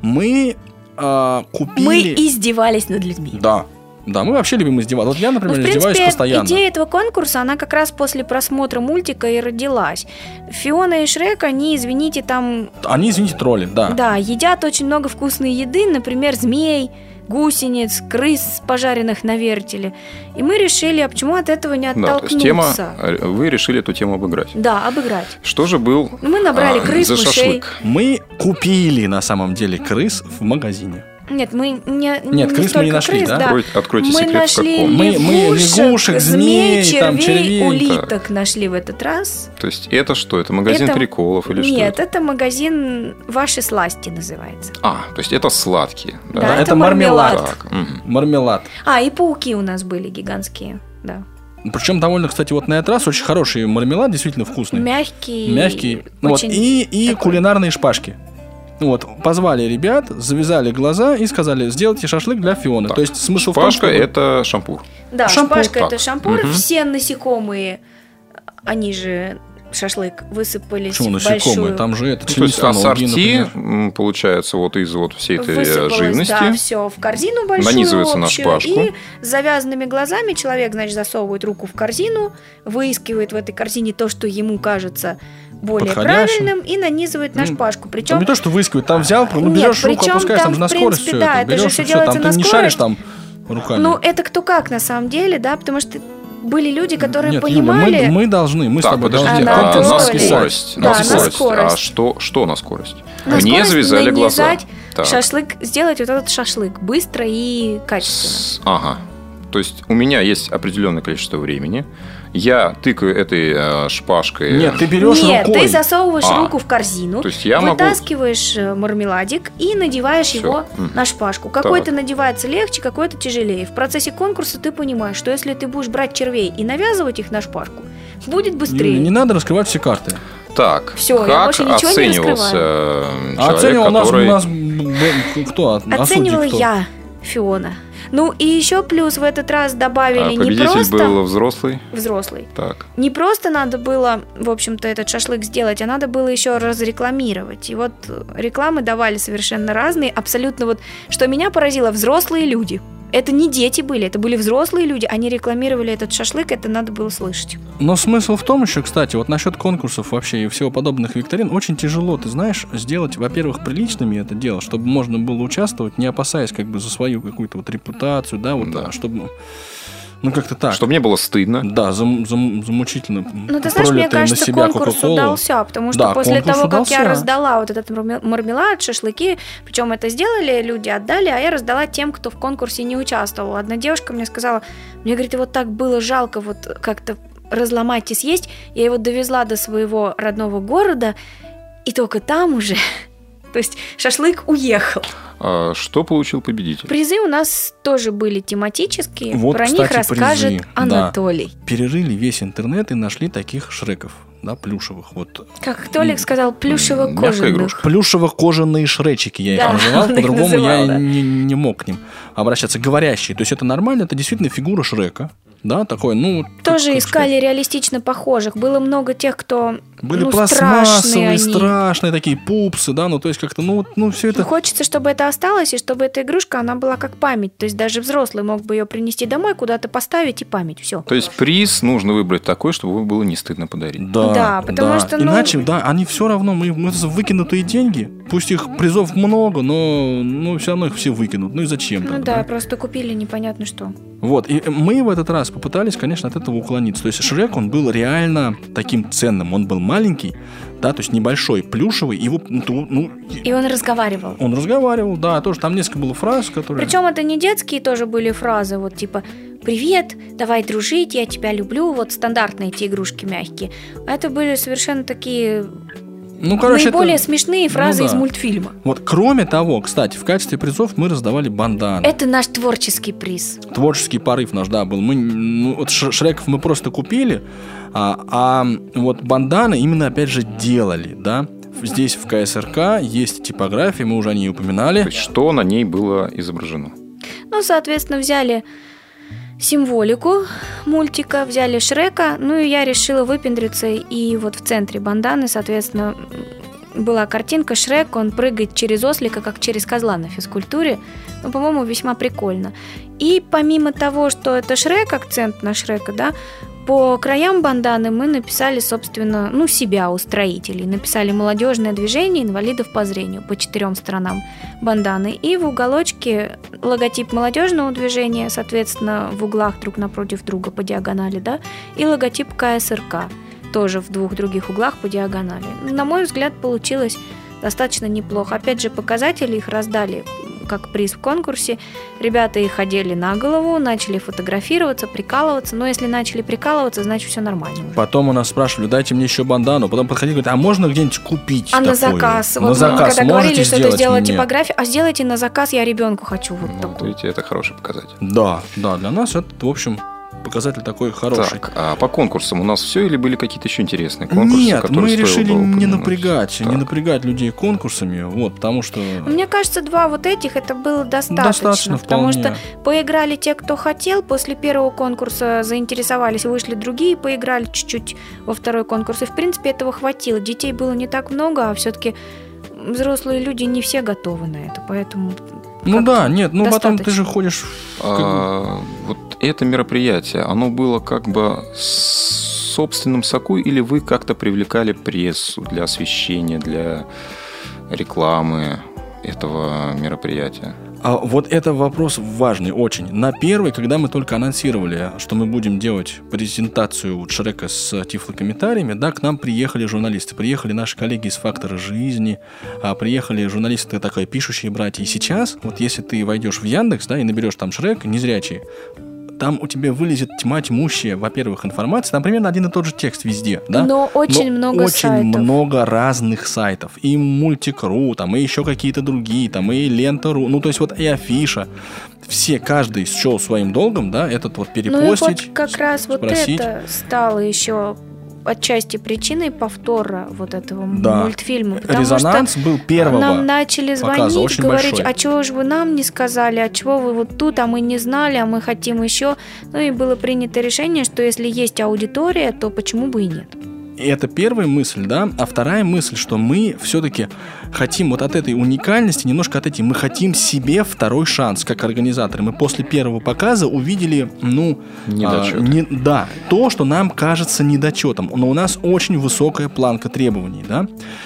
Мы а, купили. Мы издевались над людьми. Да. Да, мы вообще любим издеваться. Вот я, Ну, например, в издеваюсь принципе, постоянно. идея этого конкурса, она как раз после просмотра мультика и родилась. Фиона и Шрек, они, извините, там, Они, извините, тролли, да. да, едят очень много вкусной еды, например, змей, гусениц, крыс, пожаренных на вертеле. И мы решили, а почему от этого не Да, то оттолкнуться? есть тема, э, вы решили эту тему обыграть. Да, обыграть. Что же был Ну, мы набрали а, крыс, за мышей. шашлык? Мы купили, на самом деле, крыс в магазине. Нет, мы не, Нет, крыс мы не столько нашли, крыс, да? Откройте, откройте Мы секрет, в нашли каком. Мы- мы лягушек, лягушек, змей, змей, там, червей, червей. улиток нашли в этот раз. То есть это что? Это магазин Это- приколов или что? Нет, это? это магазин «Ваши сласти» называется. А, то есть это сладкие. Да. Да, Да, это это мармелад. мармелад. Так, мгм. Мармелад. А, и пауки у нас были гигантские, да. Причем довольно, кстати, вот на этот раз очень хороший мармелад, действительно вкусный. Мягкий. Мягкий. Ну вот, очень и, и такой. кулинарные шпажки. Вот, позвали ребят, завязали глаза и сказали, сделайте шашлык для Фионы. Так, То есть смысл Шпажка в том, что... это шампур. Да, Шампур. шпажка Так. это шампур. Мгм. Все насекомые, они же шашлык высыпались Почему в насекомые? большую... Там же это Ну, то есть членистоногие, ассорти, например. м, получается, вот из вот всей этой э, Высыпалось, живности. да, все в корзину большую, Нанизывается на общую, шпажку. и с завязанными глазами человек, значит, засовывает руку в корзину, выискивает в этой корзине то, что ему кажется более Подходящим. правильным, и нанизывает на Ну, шпажку. Там Причем не то, что выискивать, там взял, ну, Нет, берешь руку, причем опускаешь, там там, же на в скорость принципе, все да, это. это же Берешь, всё и всё, делается там на ты не скорость. шаришь там руками. ну, это кто как на самом деле, да, потому что были люди, которые Нет, понимали... Юля, мы, мы должны, мы так, с тобой подождите, должны. а, Анатолий. на скорость. Да, на на скорость. скорость. А что, что на скорость? На Мне скорость завязали глаза. нанизать Так. шашлык, сделать вот этот шашлык быстро и качественно. С- Ага. То есть у меня есть определенное количество времени. Я тыкаю этой э, шпажкой. Нет, ты берешь Нет, рукой. ты засовываешь А, руку в корзину, то есть я могу- вытаскиваешь э, мармеладик и надеваешь Всё. его Мгм. на шпажку. Какой-то Так. надевается легче, какой-то тяжелее. В процессе конкурса ты понимаешь, что если ты будешь брать червей и навязывать их на шпажку, будет быстрее. Юля, не надо раскрывать все карты. Так, Всё, я как больше ничего не оценивался э, А человек, оценивал нас, который... нас б- кто? А Оценивала судьи кто? я, Фиона. Ну и еще плюс в этот раз добавили а, не победитель просто был взрослый. взрослый. Так. Не просто надо было, в общем-то, этот шашлык сделать, а надо было еще разрекламировать. И вот рекламы давали совершенно разные, абсолютно вот, что меня поразило, взрослые люди. Это не дети были, это были взрослые люди, они рекламировали этот шашлык, это надо было слышать. Но смысл в том еще, кстати, вот насчет конкурсов вообще и всего подобных викторин, очень тяжело, ты знаешь, сделать, во-первых, приличными это дело, чтобы можно было участвовать, не опасаясь как бы за свою какую-то вот репутацию, да, вот, Да. а чтобы, ну как-то так. Чтобы мне было стыдно. Да, зам- зам- замучительно. Ну, ты знаешь, мне пролитые на кажется, себя конкурс Кока-Колу. удался, потому что Да, после конкурс того, как я удался. раздала вот этот марме- мармелад, шашлыки, причем это сделали, люди отдали, а я раздала тем, кто в конкурсе не участвовал. Одна девушка мне сказала, мне, говорит, вот так было жалко вот как-то разломать и съесть, я его довезла до своего родного города, и только там уже, то есть шашлык уехал. А что получил победитель? Призы у нас тоже были тематические, Вот, про кстати, них расскажет призы, да. Анатолий. Перерыли весь интернет и нашли таких шреков, да, плюшевых. Вот. Как Толик сказал, Мягкая плюшево-кожаных. игрушка. Плюшево-кожаные шречики, я Да, их называл, он их по-другому называл, я да. не, не мог к ним обращаться. Говорящие, то есть это нормально, это действительно фигура Шрека, да, такой, ну... Тоже как искали сказать, реалистично похожих. Было много тех, кто были ну, пластмассовые, страшные они. страшные такие пупсы, да, ну то есть как-то, ну, вот, ну все это... Хочется, чтобы это осталось, и чтобы эта игрушка, она была как память. То есть даже взрослый мог бы ее принести домой, куда-то поставить, и память, все. То есть приз нужно выбрать такой, чтобы его было не стыдно подарить. Да, Да, потому что, ну- Иначе, да, они все равно, мы, мы за выкинутые деньги, пусть их призов много, но, но все равно их все выкинут. Ну и зачем? Ну тогда, да, просто купили непонятно что. Вот, и мы в этот раз попытались, конечно, от этого уклониться. То есть Шрек, он был реально таким ценным. Он был маленький, да, то есть небольшой, плюшевый. Его, ну, ту- ну, И он разговаривал. он разговаривал, да, тоже там несколько было фраз, которые... Причем это не детские тоже были фразы, вот типа «Привет, давай дружить, я тебя люблю», вот стандартные эти игрушки мягкие. А это были совершенно такие ну, короче, наиболее это- смешные фразы ну, из да. мультфильма. Вот, кроме того, кстати, в качестве призов мы раздавали банданы. Это наш творческий приз. Творческий порыв наш, да, был. Мы, ну, вот Ш- Шреков мы просто купили, а, а вот банданы именно, опять же, делали, да. Здесь в ка эс эр ка есть типография, мы уже о ней упоминали. То есть что на ней было изображено? Ну, соответственно, взяли символику мультика, взяли Шрека, ну и я решила выпендриться, и вот в центре банданы, соответственно, была картинка Шрек, он прыгает через ослика, как через козла на физкультуре, ну, по-моему, весьма прикольно. И помимо того, что это Шрек, акцент на Шрека, да, по краям банданы мы написали, собственно, ну, себя, устроителей. Написали молодежное движение инвалидов по зрению по четырем сторонам банданы. И в уголочке логотип молодежного движения, соответственно, в углах друг напротив друга по диагонали, да, и логотип ка эс эр ка тоже в двух других углах по диагонали. На мой взгляд, получилось достаточно неплохо. Опять же, показатели их раздали как приз в конкурсе. Ребята их одели на голову, начали фотографироваться, прикалываться. Но если начали прикалываться, значит, все нормально уже. Потом у нас спрашивали, дайте мне еще бандану. Потом подходили, говорят, а можно где-нибудь купить А на такую? заказ? На Вот мы заказ когда говорили, можете что это сделать сделала мне? типография, а сделайте на заказ, я ребенку хочу вот Ну, вот такую. видите, это хороший показатель. Да, да, для нас это, в общем, показатель такой хороший. Так, а по конкурсам у нас все или были какие-то еще интересные конкурсы, Нет, которые мы стоило решили бы не упомянуть? напрягать, не Так. напрягать людей конкурсами, вот, потому что... Мне кажется, два вот этих это было достаточно, Достаточно потому вполне. что поиграли те, кто хотел, после первого конкурса заинтересовались, вышли другие, поиграли чуть-чуть во второй конкурс, и в принципе этого хватило. Детей было не так много, а все-таки взрослые люди не все готовы на это, поэтому... Ну как-то да, нет, ну потом ты достаточно. же ходишь... в- А, вот это мероприятие, оно было как бы с собственным соку, или вы как-то привлекали прессу для освещения, для рекламы этого мероприятия? А вот это вопрос важный очень. На первый, когда мы только анонсировали, что мы будем делать презентацию Шрека с тифлокомментариями, да, к нам приехали журналисты. Приехали наши коллеги из «Фактора жизни», а приехали журналисты, такая пишущие братья. И сейчас, вот если ты войдешь в Яндекс, да, и наберешь там Шрек, незрячий, там у тебя вылезет тьма тьмущая, во-первых, информация. Там примерно один и тот же текст везде, да? Но очень Но много очень сайтов. Очень много разных сайтов. И Мультик.ру, там, и еще какие-то другие, там, и Лента.ру, ну, то есть вот и Афиша. Все, каждый счел своим долгом, да, этот вот перепостить, Ну и вот как раз спросить. Вот это стало еще отчасти причиной повтора вот этого да. мультфильма. Потому Резонанс что был первого нам начали звонить, говорить, большой. а чего же вы нам не сказали, а чего вы вот тут, а мы не знали, а мы хотим еще. Ну и было принято решение, что если есть аудитория, то почему бы и нет. И это первая мысль, да, а вторая мысль, что мы все-таки хотим вот от этой уникальности немножко отойти. Мы хотим себе второй шанс, как организаторы. Мы после первого показа увидели, ну, недочет. А, не, да, то, что нам кажется недочетом. Но у нас очень высокая планка требований, да.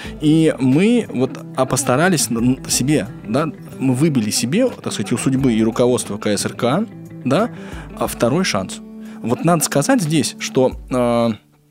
И мы вот а постарались себе, да, мы выбили себе, так сказать, у судьбы и руководства ка эс эр ка, да, второй шанс. Вот надо сказать здесь, что э,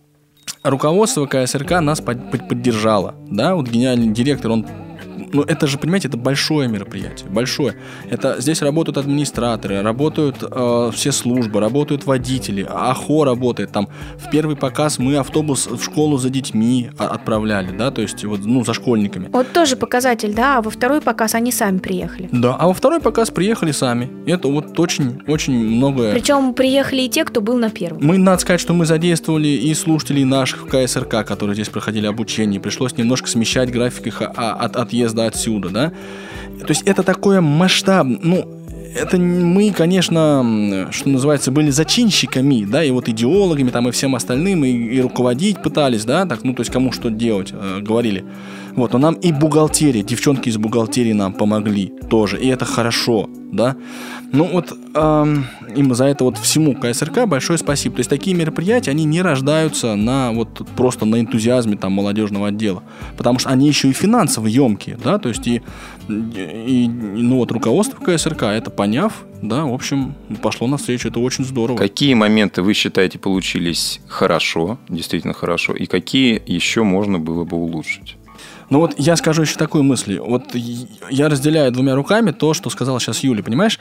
руководство ка эс эр ка нас под, под, поддержало, да, вот генеральный директор, он, ну это же, понимаете, это большое мероприятие, большое. Это здесь работают администраторы, работают э, все службы, работают водители, АХО работает, там в первый показ мы автобус в школу за детьми отправляли, да, то есть вот, ну, за школьниками. Вот тоже показатель, да, а во второй показ они сами приехали. Да, а во второй показ приехали сами. Это вот очень, очень многое. Причем приехали и те, кто был на первом. Мы, надо сказать, что мы задействовали и слушателей наших ка эс эр ка, которые здесь проходили обучение. Пришлось немножко смещать график их от отъезда отсюда, да. То есть это такое масштаб, ну, это мы, конечно, что называется, были зачинщиками, да, и вот идеологами, там, и всем остальным, и, и руководить пытались, да, так, ну, то есть кому что делать, э, говорили. Вот, но нам и бухгалтерия, девчонки из бухгалтерии нам помогли тоже, и это хорошо, да. Ну, вот э, им за это вот всему ка эс эр ка большое спасибо. То есть такие мероприятия, они не рождаются на вот просто на энтузиазме там молодежного отдела, потому что они еще и финансово емкие, да, то есть и, и, и ну вот руководство ка эс эр ка, это поняв, да, в общем, пошло навстречу, это очень здорово. Какие моменты вы считаете получились хорошо, действительно хорошо, и какие еще можно было бы улучшить? Ну вот я скажу еще такую мысль. Вот я разделяю двумя руками то, что сказала сейчас Юля, понимаешь?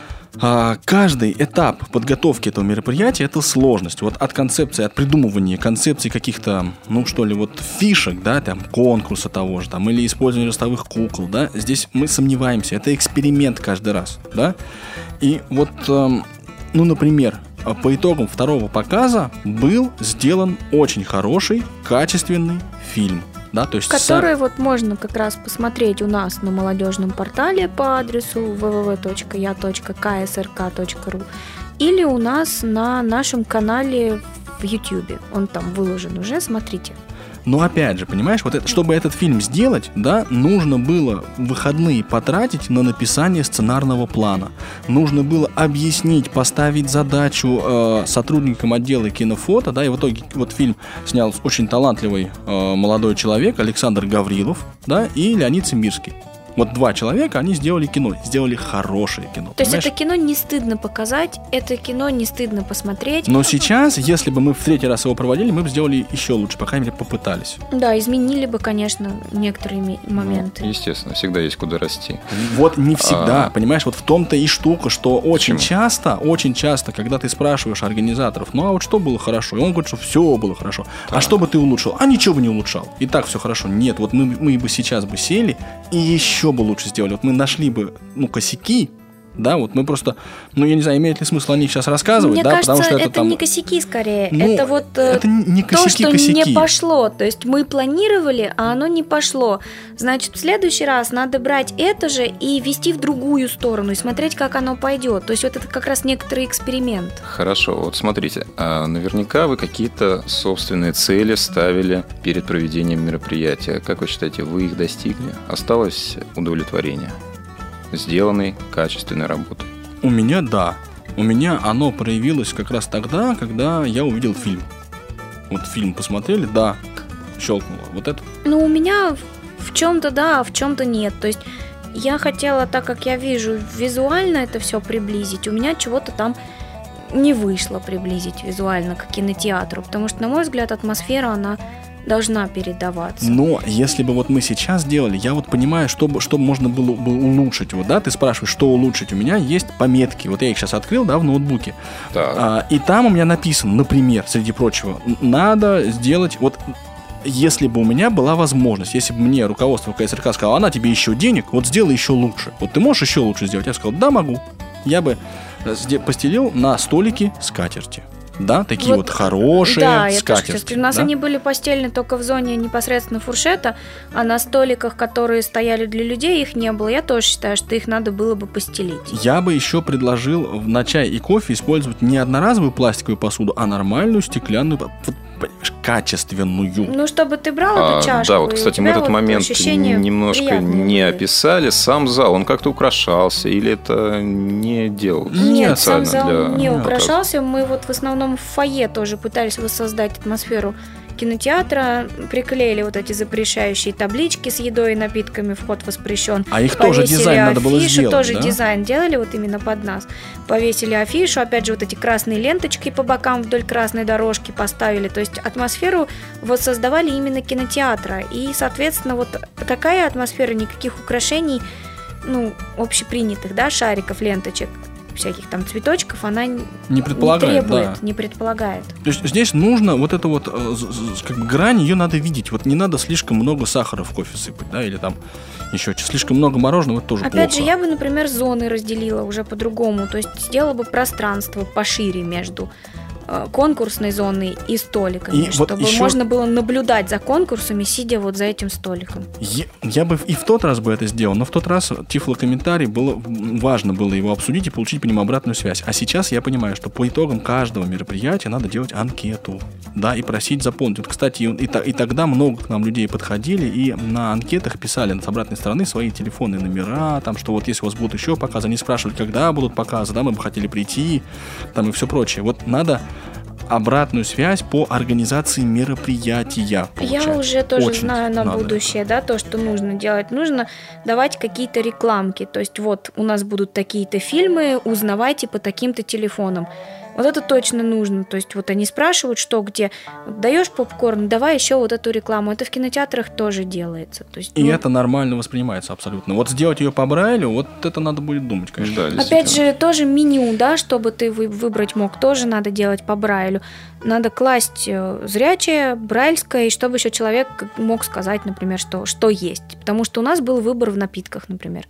Каждый этап подготовки этого мероприятия – это сложность. Вот от концепции, от придумывания концепций каких-то, ну что ли, вот фишек, да, там, конкурса того же, там, или использования ростовых кукол, да, здесь мы сомневаемся. Это эксперимент каждый раз, да. И вот, ну, например, по итогам второго показа был сделан очень хороший, качественный фильм. Да, то есть который сам... вот можно как раз посмотреть у нас на молодежном портале по адресу дабл ю дабл ю дабл ю точка я точка ка эс эр ка точка ру или у нас на нашем канале в Ютьюбе. Он там выложен уже, смотрите. Но опять же, понимаешь, вот это, чтобы этот фильм сделать, да, нужно было выходные потратить на написание сценарного плана. Нужно было объяснить, поставить задачу э, сотрудникам отдела кинофото, да, и в итоге вот фильм снял очень талантливый э, молодой человек Александр Гаврилов, да, и Леонид Цимбирский. Вот два человека, они сделали кино, сделали хорошее кино. То есть понимаешь? это кино не стыдно показать, это кино не стыдно посмотреть. Но сейчас, если бы мы в третий раз его проводили, мы бы сделали еще лучше, по крайней мере, попытались. Да, изменили бы, конечно, некоторые моменты. Ну, естественно, всегда есть куда расти. Вот не всегда, а... понимаешь, вот в том-то и штука, что очень Почему? часто, очень часто, когда ты спрашиваешь организаторов, ну а вот что было хорошо, и он говорит, что все было хорошо, да. А что бы ты улучшил? А ничего бы не улучшал, и так все хорошо. Нет, вот мы, мы бы сейчас бы сели и еще бы лучше сделали. Вот мы нашли бы, ну, косяки, да, вот мы просто, ну, я не знаю, имеет ли смысл о них сейчас рассказывать, Мне да, кажется, потому что это, это там... не косяки скорее, ну, это вот это не косяки, то, что косяки. не пошло, то есть мы планировали, а оно не пошло, значит, в следующий раз надо брать это же и вести в другую сторону, и смотреть, как оно пойдет, то есть вот это как раз некоторый эксперимент. Хорошо, вот смотрите, а наверняка вы какие-то собственные цели ставили перед проведением мероприятия, как вы считаете, вы их достигли? Осталось удовлетворение сделанной качественной работы? У меня да. У меня оно проявилось как раз тогда, когда я увидел фильм. Вот фильм посмотрели, да, щелкнуло. Вот это. Ну, у меня в чем-то да, а в чем-то нет. То есть я хотела, так как я вижу, визуально это все приблизить, у меня чего-то там не вышло приблизить визуально к кинотеатру, потому что, на мой взгляд, атмосфера, она должна передаваться. Но если бы вот мы сейчас делали, я вот понимаю, что, что можно было бы улучшить. Вот, да, ты спрашиваешь, что улучшить. У меня есть пометки. Вот я их сейчас открыл, да, в ноутбуке. А, и там у меня написано, например, среди прочего, надо сделать... Вот если бы у меня была возможность, если бы мне руководство ка эс эр ка сказало, она тебе еще денег, вот сделай еще лучше. Вот ты можешь еще лучше сделать? Я сказал, да, могу. Я бы постелил на столике скатерти. Да, такие вот, вот хорошие да, скатерти. У нас да? они были постелены только в зоне непосредственно фуршета, а на столиках, которые стояли для людей, их не было. Я тоже считаю, что их надо было бы постелить. Я бы еще предложил на чай и кофе использовать не одноразовую пластиковую посуду, а нормальную стеклянную, вот, качественную. Ну, чтобы ты брал а, эту чашку. Да, вот, кстати, мы этот вот момент немножко не будет. описали. Сам зал, он как-то украшался или это не делалось? Нет, сам зал для... не украшался. Мы вот в основном в фойе тоже пытались воссоздать атмосферу кинотеатра, приклеили вот эти запрещающие таблички с едой и напитками, вход воспрещен. А их тоже дизайн афишу, надо было сделать, тоже да? дизайн делали вот именно под нас. Повесили афишу, опять же вот эти красные ленточки по бокам вдоль красной дорожки поставили. То есть атмосферу воссоздавали именно кинотеатра. И, соответственно, вот такая атмосфера, никаких украшений, ну, общепринятых, да, шариков, ленточек, всяких там цветочков, она не, предполагает, не требует, да. не предполагает. То есть здесь нужно вот это вот как бы грань, ее надо видеть. Вот не надо слишком много сахара в кофе сыпать, да, или там еще слишком много мороженого, это тоже Опять плохо. же, я бы, например, зоны разделила уже по-другому, то есть сделала бы пространство пошире между конкурсной зоной и столиками, и чтобы вот еще... можно было наблюдать за конкурсами, сидя вот за этим столиком. Я, я бы и в тот раз бы это сделал, но в тот раз тифлокомментарий было важно было его обсудить и получить по нему обратную связь. А сейчас я понимаю, что по итогам каждого мероприятия надо делать анкету, да, и просить заполнить. Вот, кстати, и, и, и тогда много к нам людей подходили и на анкетах писали с обратной стороны свои телефонные номера, там, что вот если у вас будут еще показы, они спрашивают, когда будут показы, да, мы бы хотели прийти, там и все прочее. Вот надо обратную связь по организации мероприятия получать. Я уже тоже Очень знаю на надо. будущее, да, то, что нужно делать. Нужно давать какие-то рекламки. То есть вот у нас будут такие-то фильмы, узнавайте по таким-то телефонам. Вот это точно нужно. То есть вот они спрашивают, что где. Даешь попкорн, давай еще вот эту рекламу. Это в кинотеатрах тоже делается. То есть, и ну... это нормально воспринимается абсолютно. Вот сделать ее по Брайлю, вот это надо будет думать, конечно. Да, опять же, тоже меню, да, чтобы ты выбрать мог, тоже надо делать по Брайлю. Надо класть зрячее, брайльское, и чтобы еще человек мог сказать, например, что, что есть. Потому что у нас был выбор в напитках, например.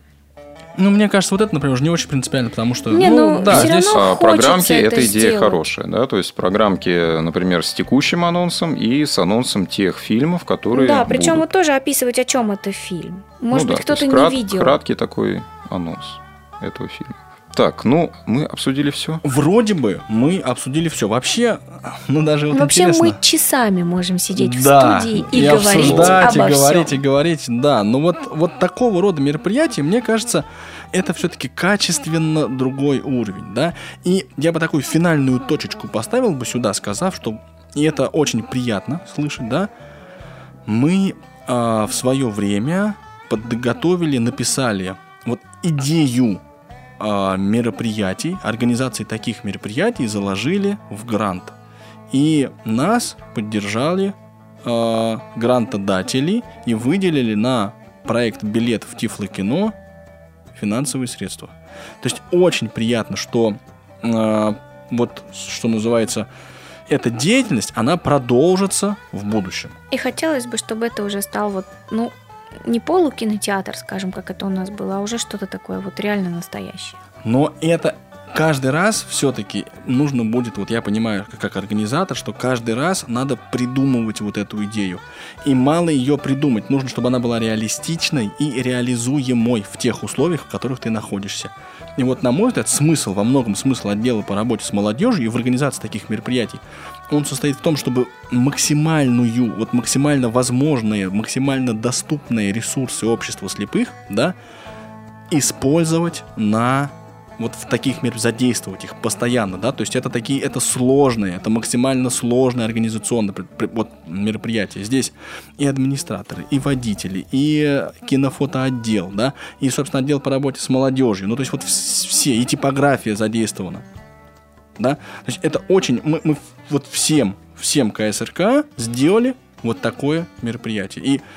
Ну, мне кажется, вот это, например, уже не очень принципиально, потому что... Не, ну, ну, да, все здесь... равно программки это эта идея сделать. хорошая, да, то есть программки, например, с текущим анонсом и с анонсом тех фильмов, которые Да, причем будут. Вот тоже описывать, о чем это фильм. Может ну, быть, да, кто-то не крат, видел. Краткий такой анонс этого фильма. Так, ну, мы обсудили все. Вроде бы мы обсудили все. Вообще, ну даже вот Вообще интересно. мы часами можем сидеть да, в студии и, и говорить обсуждать, обо и говорить, всем. и говорить, да. Но вот, вот такого рода мероприятия, мне кажется, это все-таки качественно другой уровень, да. И я бы такую финальную точечку поставил бы сюда, сказав, что, и это очень приятно слышать, да, мы э, в свое время подготовили, написали вот идею мероприятий, организации таких мероприятий заложили в грант. И нас поддержали э, грантодатели и выделили на проект «Билет в Тифлокино» финансовые средства. То есть очень приятно, что э, вот, что называется, эта деятельность, она продолжится в будущем. И хотелось бы, чтобы это уже стал вот, ну, не полукинотеатр, скажем, как это у нас было, а уже что-то такое вот реально настоящее. Но это каждый раз все-таки нужно будет, вот я понимаю, как организатор, что каждый раз надо придумывать вот эту идею. И мало ее придумать, нужно, чтобы она была реалистичной и реализуемой в тех условиях, в которых ты находишься. И вот, на мой взгляд, смысл, во многом смысл отдела по работе с молодежью и в организации таких мероприятий, он состоит в том, чтобы максимальную, вот максимально возможные, максимально доступные ресурсы общества слепых, да, использовать на вот в таких мероприятиях, задействовать их постоянно, да, то есть это такие, это сложные, это максимально сложные организационные вот, мероприятия. Здесь и администраторы, и водители, и кинофотоотдел, да, и, собственно, отдел по работе с молодежью, ну, то есть вот все, и типография задействована, да, то есть это очень, мы, мы вот всем, всем КСРК сделали вот такое мероприятие, и,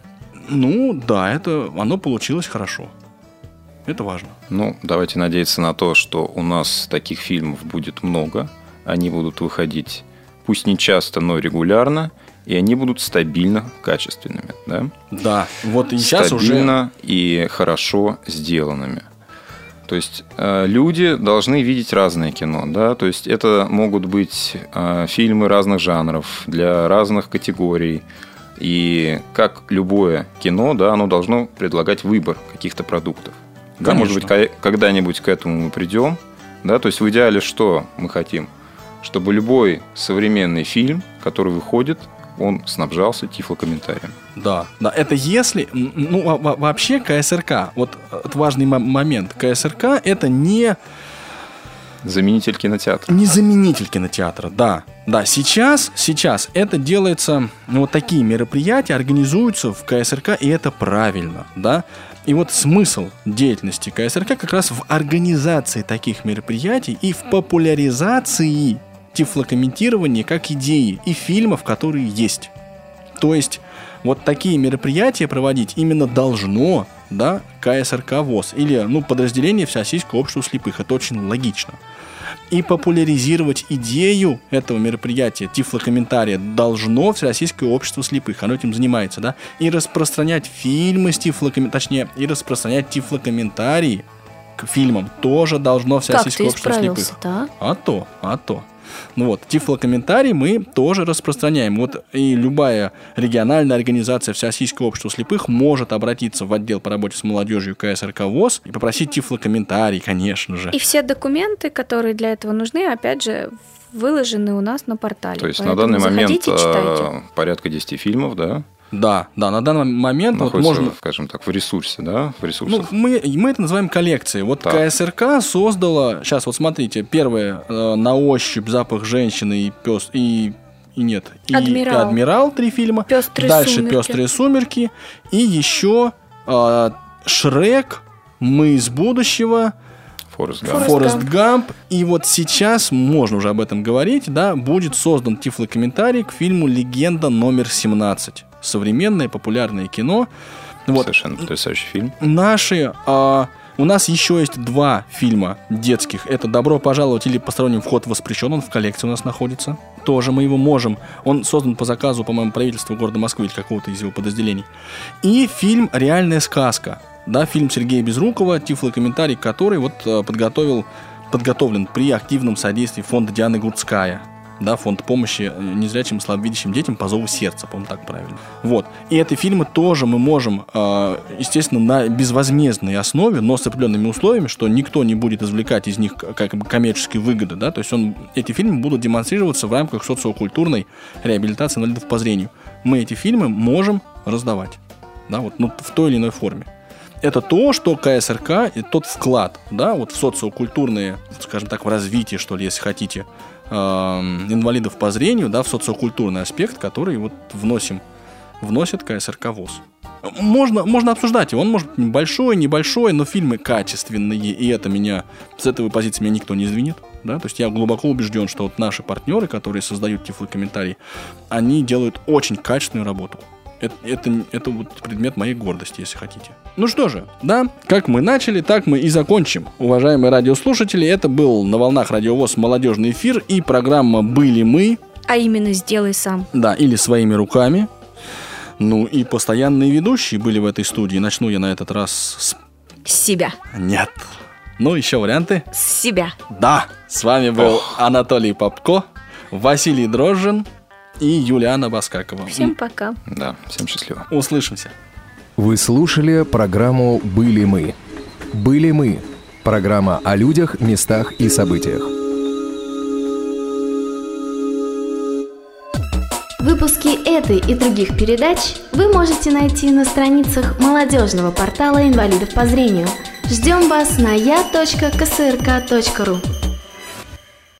ну, да, это, оно получилось хорошо. Это важно. Ну, давайте надеяться на то, что у нас таких фильмов будет много. Они будут выходить, пусть не часто, но регулярно. И они будут стабильно качественными. Да, да, вот и сейчас стабильно уже... и хорошо сделанными. То есть э, люди должны видеть разное кино. Да? То есть это могут быть э, фильмы разных жанров, для разных категорий. И как любое кино, да, оно должно предлагать выбор каких-то продуктов. Да, может быть, когда-нибудь к этому мы придем. Да, то есть в идеале что мы хотим? Чтобы любой современный фильм, который выходит, он снабжался тифлокомментарием. Да, да, это если... Ну, вообще КСРК, вот это важный момент. КСРК это не... Заменитель кинотеатра. Не заменитель кинотеатра, да. Да, сейчас, сейчас это делается... Ну, вот такие мероприятия организуются в КСРК, и это правильно, да. И вот смысл деятельности КСРК как раз в организации таких мероприятий и в популяризации тифлокомментирования как идеи и фильмов, которые есть. То есть вот такие мероприятия проводить именно должно, да, КСРК ВОС или, ну, подразделение Всероссийского общества слепых. Это очень логично. И популяризировать идею этого мероприятия, тифлокомментария, должно Всероссийское общество слепых. Оно этим занимается, да? И распространять фильмы с тифлокомментарием, точнее, и распространять тифлокомментарии к фильмам тоже должно Всероссийское общество слепых. Да? А то, а то. Ну вот, тифлокомментарий мы тоже распространяем. Вот и любая региональная организация Всероссийского общества слепых может обратиться в отдел по работе с молодежью КСРК ВОС и попросить тифлокомментарий, конечно же. И все документы, которые для этого нужны, опять же, выложены у нас на портале. То есть на данный момент читайте. Порядка десять фильмов, да? Да, да, на данный момент находится, вот можно, скажем так, в ресурсе, да, в ресурсах. Ну, мы, мы это называем коллекцией. Вот так. КСРК создала, сейчас вот смотрите, первое, э, «На ощупь», «Запах женщины» и «Пес», и, и нет, и «Адмирал», и «Адмирал», три фильма. «Пестрые Дальше сумерки». «Пестрые сумерки», и еще э, «Шрек», «Мы из будущего», Форест Гамп. Форест Гамп. И вот сейчас, можно уже об этом говорить, да, будет создан тифлокомментарий к фильму «Легенда номер семнадцать». Современное популярное кино. Вот. Совершенно потрясающий фильм. Наши... А, у нас еще есть два фильма детских. Это «Добро пожаловать» или «Посторонним вход воспрещен». Он в коллекции у нас находится. Тоже мы его можем. Он создан по заказу, по-моему, правительства города Москвы или какого-то из его подразделений. И фильм «Реальная сказка». Да, фильм Сергея Безрукова, тифлокомментарий, который вот подготовил, подготовлен при активном содействии фонда Дианы Гурцкая. Да, фонд помощи незрячим и слабовидящим детям по зову сердца, по-моему, так правильно. Вот. И эти фильмы тоже мы можем, естественно, на безвозмездной основе, но с определенными условиями, что никто не будет извлекать из них как бы коммерческие выгоды, да, то есть он, эти фильмы будут демонстрироваться в рамках социокультурной реабилитации инвалидов по зрению. Мы эти фильмы можем раздавать, да, вот, ну, в той или иной форме. Это то, что КСРК, и тот вклад, да, вот в социокультурные, скажем так, в развитие, что ли, если хотите, инвалидов по зрению, да, в социокультурный аспект, который вот вносим, вносит КСРК ВОС. Можно, можно обсуждать его, он может быть небольшой, небольшой, но фильмы качественные, и это меня, с этой позиции меня никто не извинит, да, то есть я глубоко убежден, что вот наши партнеры, которые создают тифлокомментарии, они делают очень качественную работу. Это, это, это вот предмет моей гордости, если хотите. Ну что же, да, как мы начали, так мы и закончим. Уважаемые радиослушатели, это был на волнах Радио ВОС молодежный эфир и программа «Были мы». А именно «Сделай сам». Да, или «Своими руками». Ну и постоянные ведущие были в этой студии. Начну я на этот раз с... С себя. Нет. Ну, еще варианты. С себя. Да, с вами был Ох. Анатолий Попко, Василий Дрожжин и Юлиана Баскакова. Всем пока. Да, всем счастливо. Услышимся. Вы слушали программу «Были мы». «Были мы» – программа о людях, местах и событиях. Выпуски этой и других передач вы можете найти на страницах молодежного портала инвалидов по зрению Ждем вас на я точка ка эс эр ка точка ру.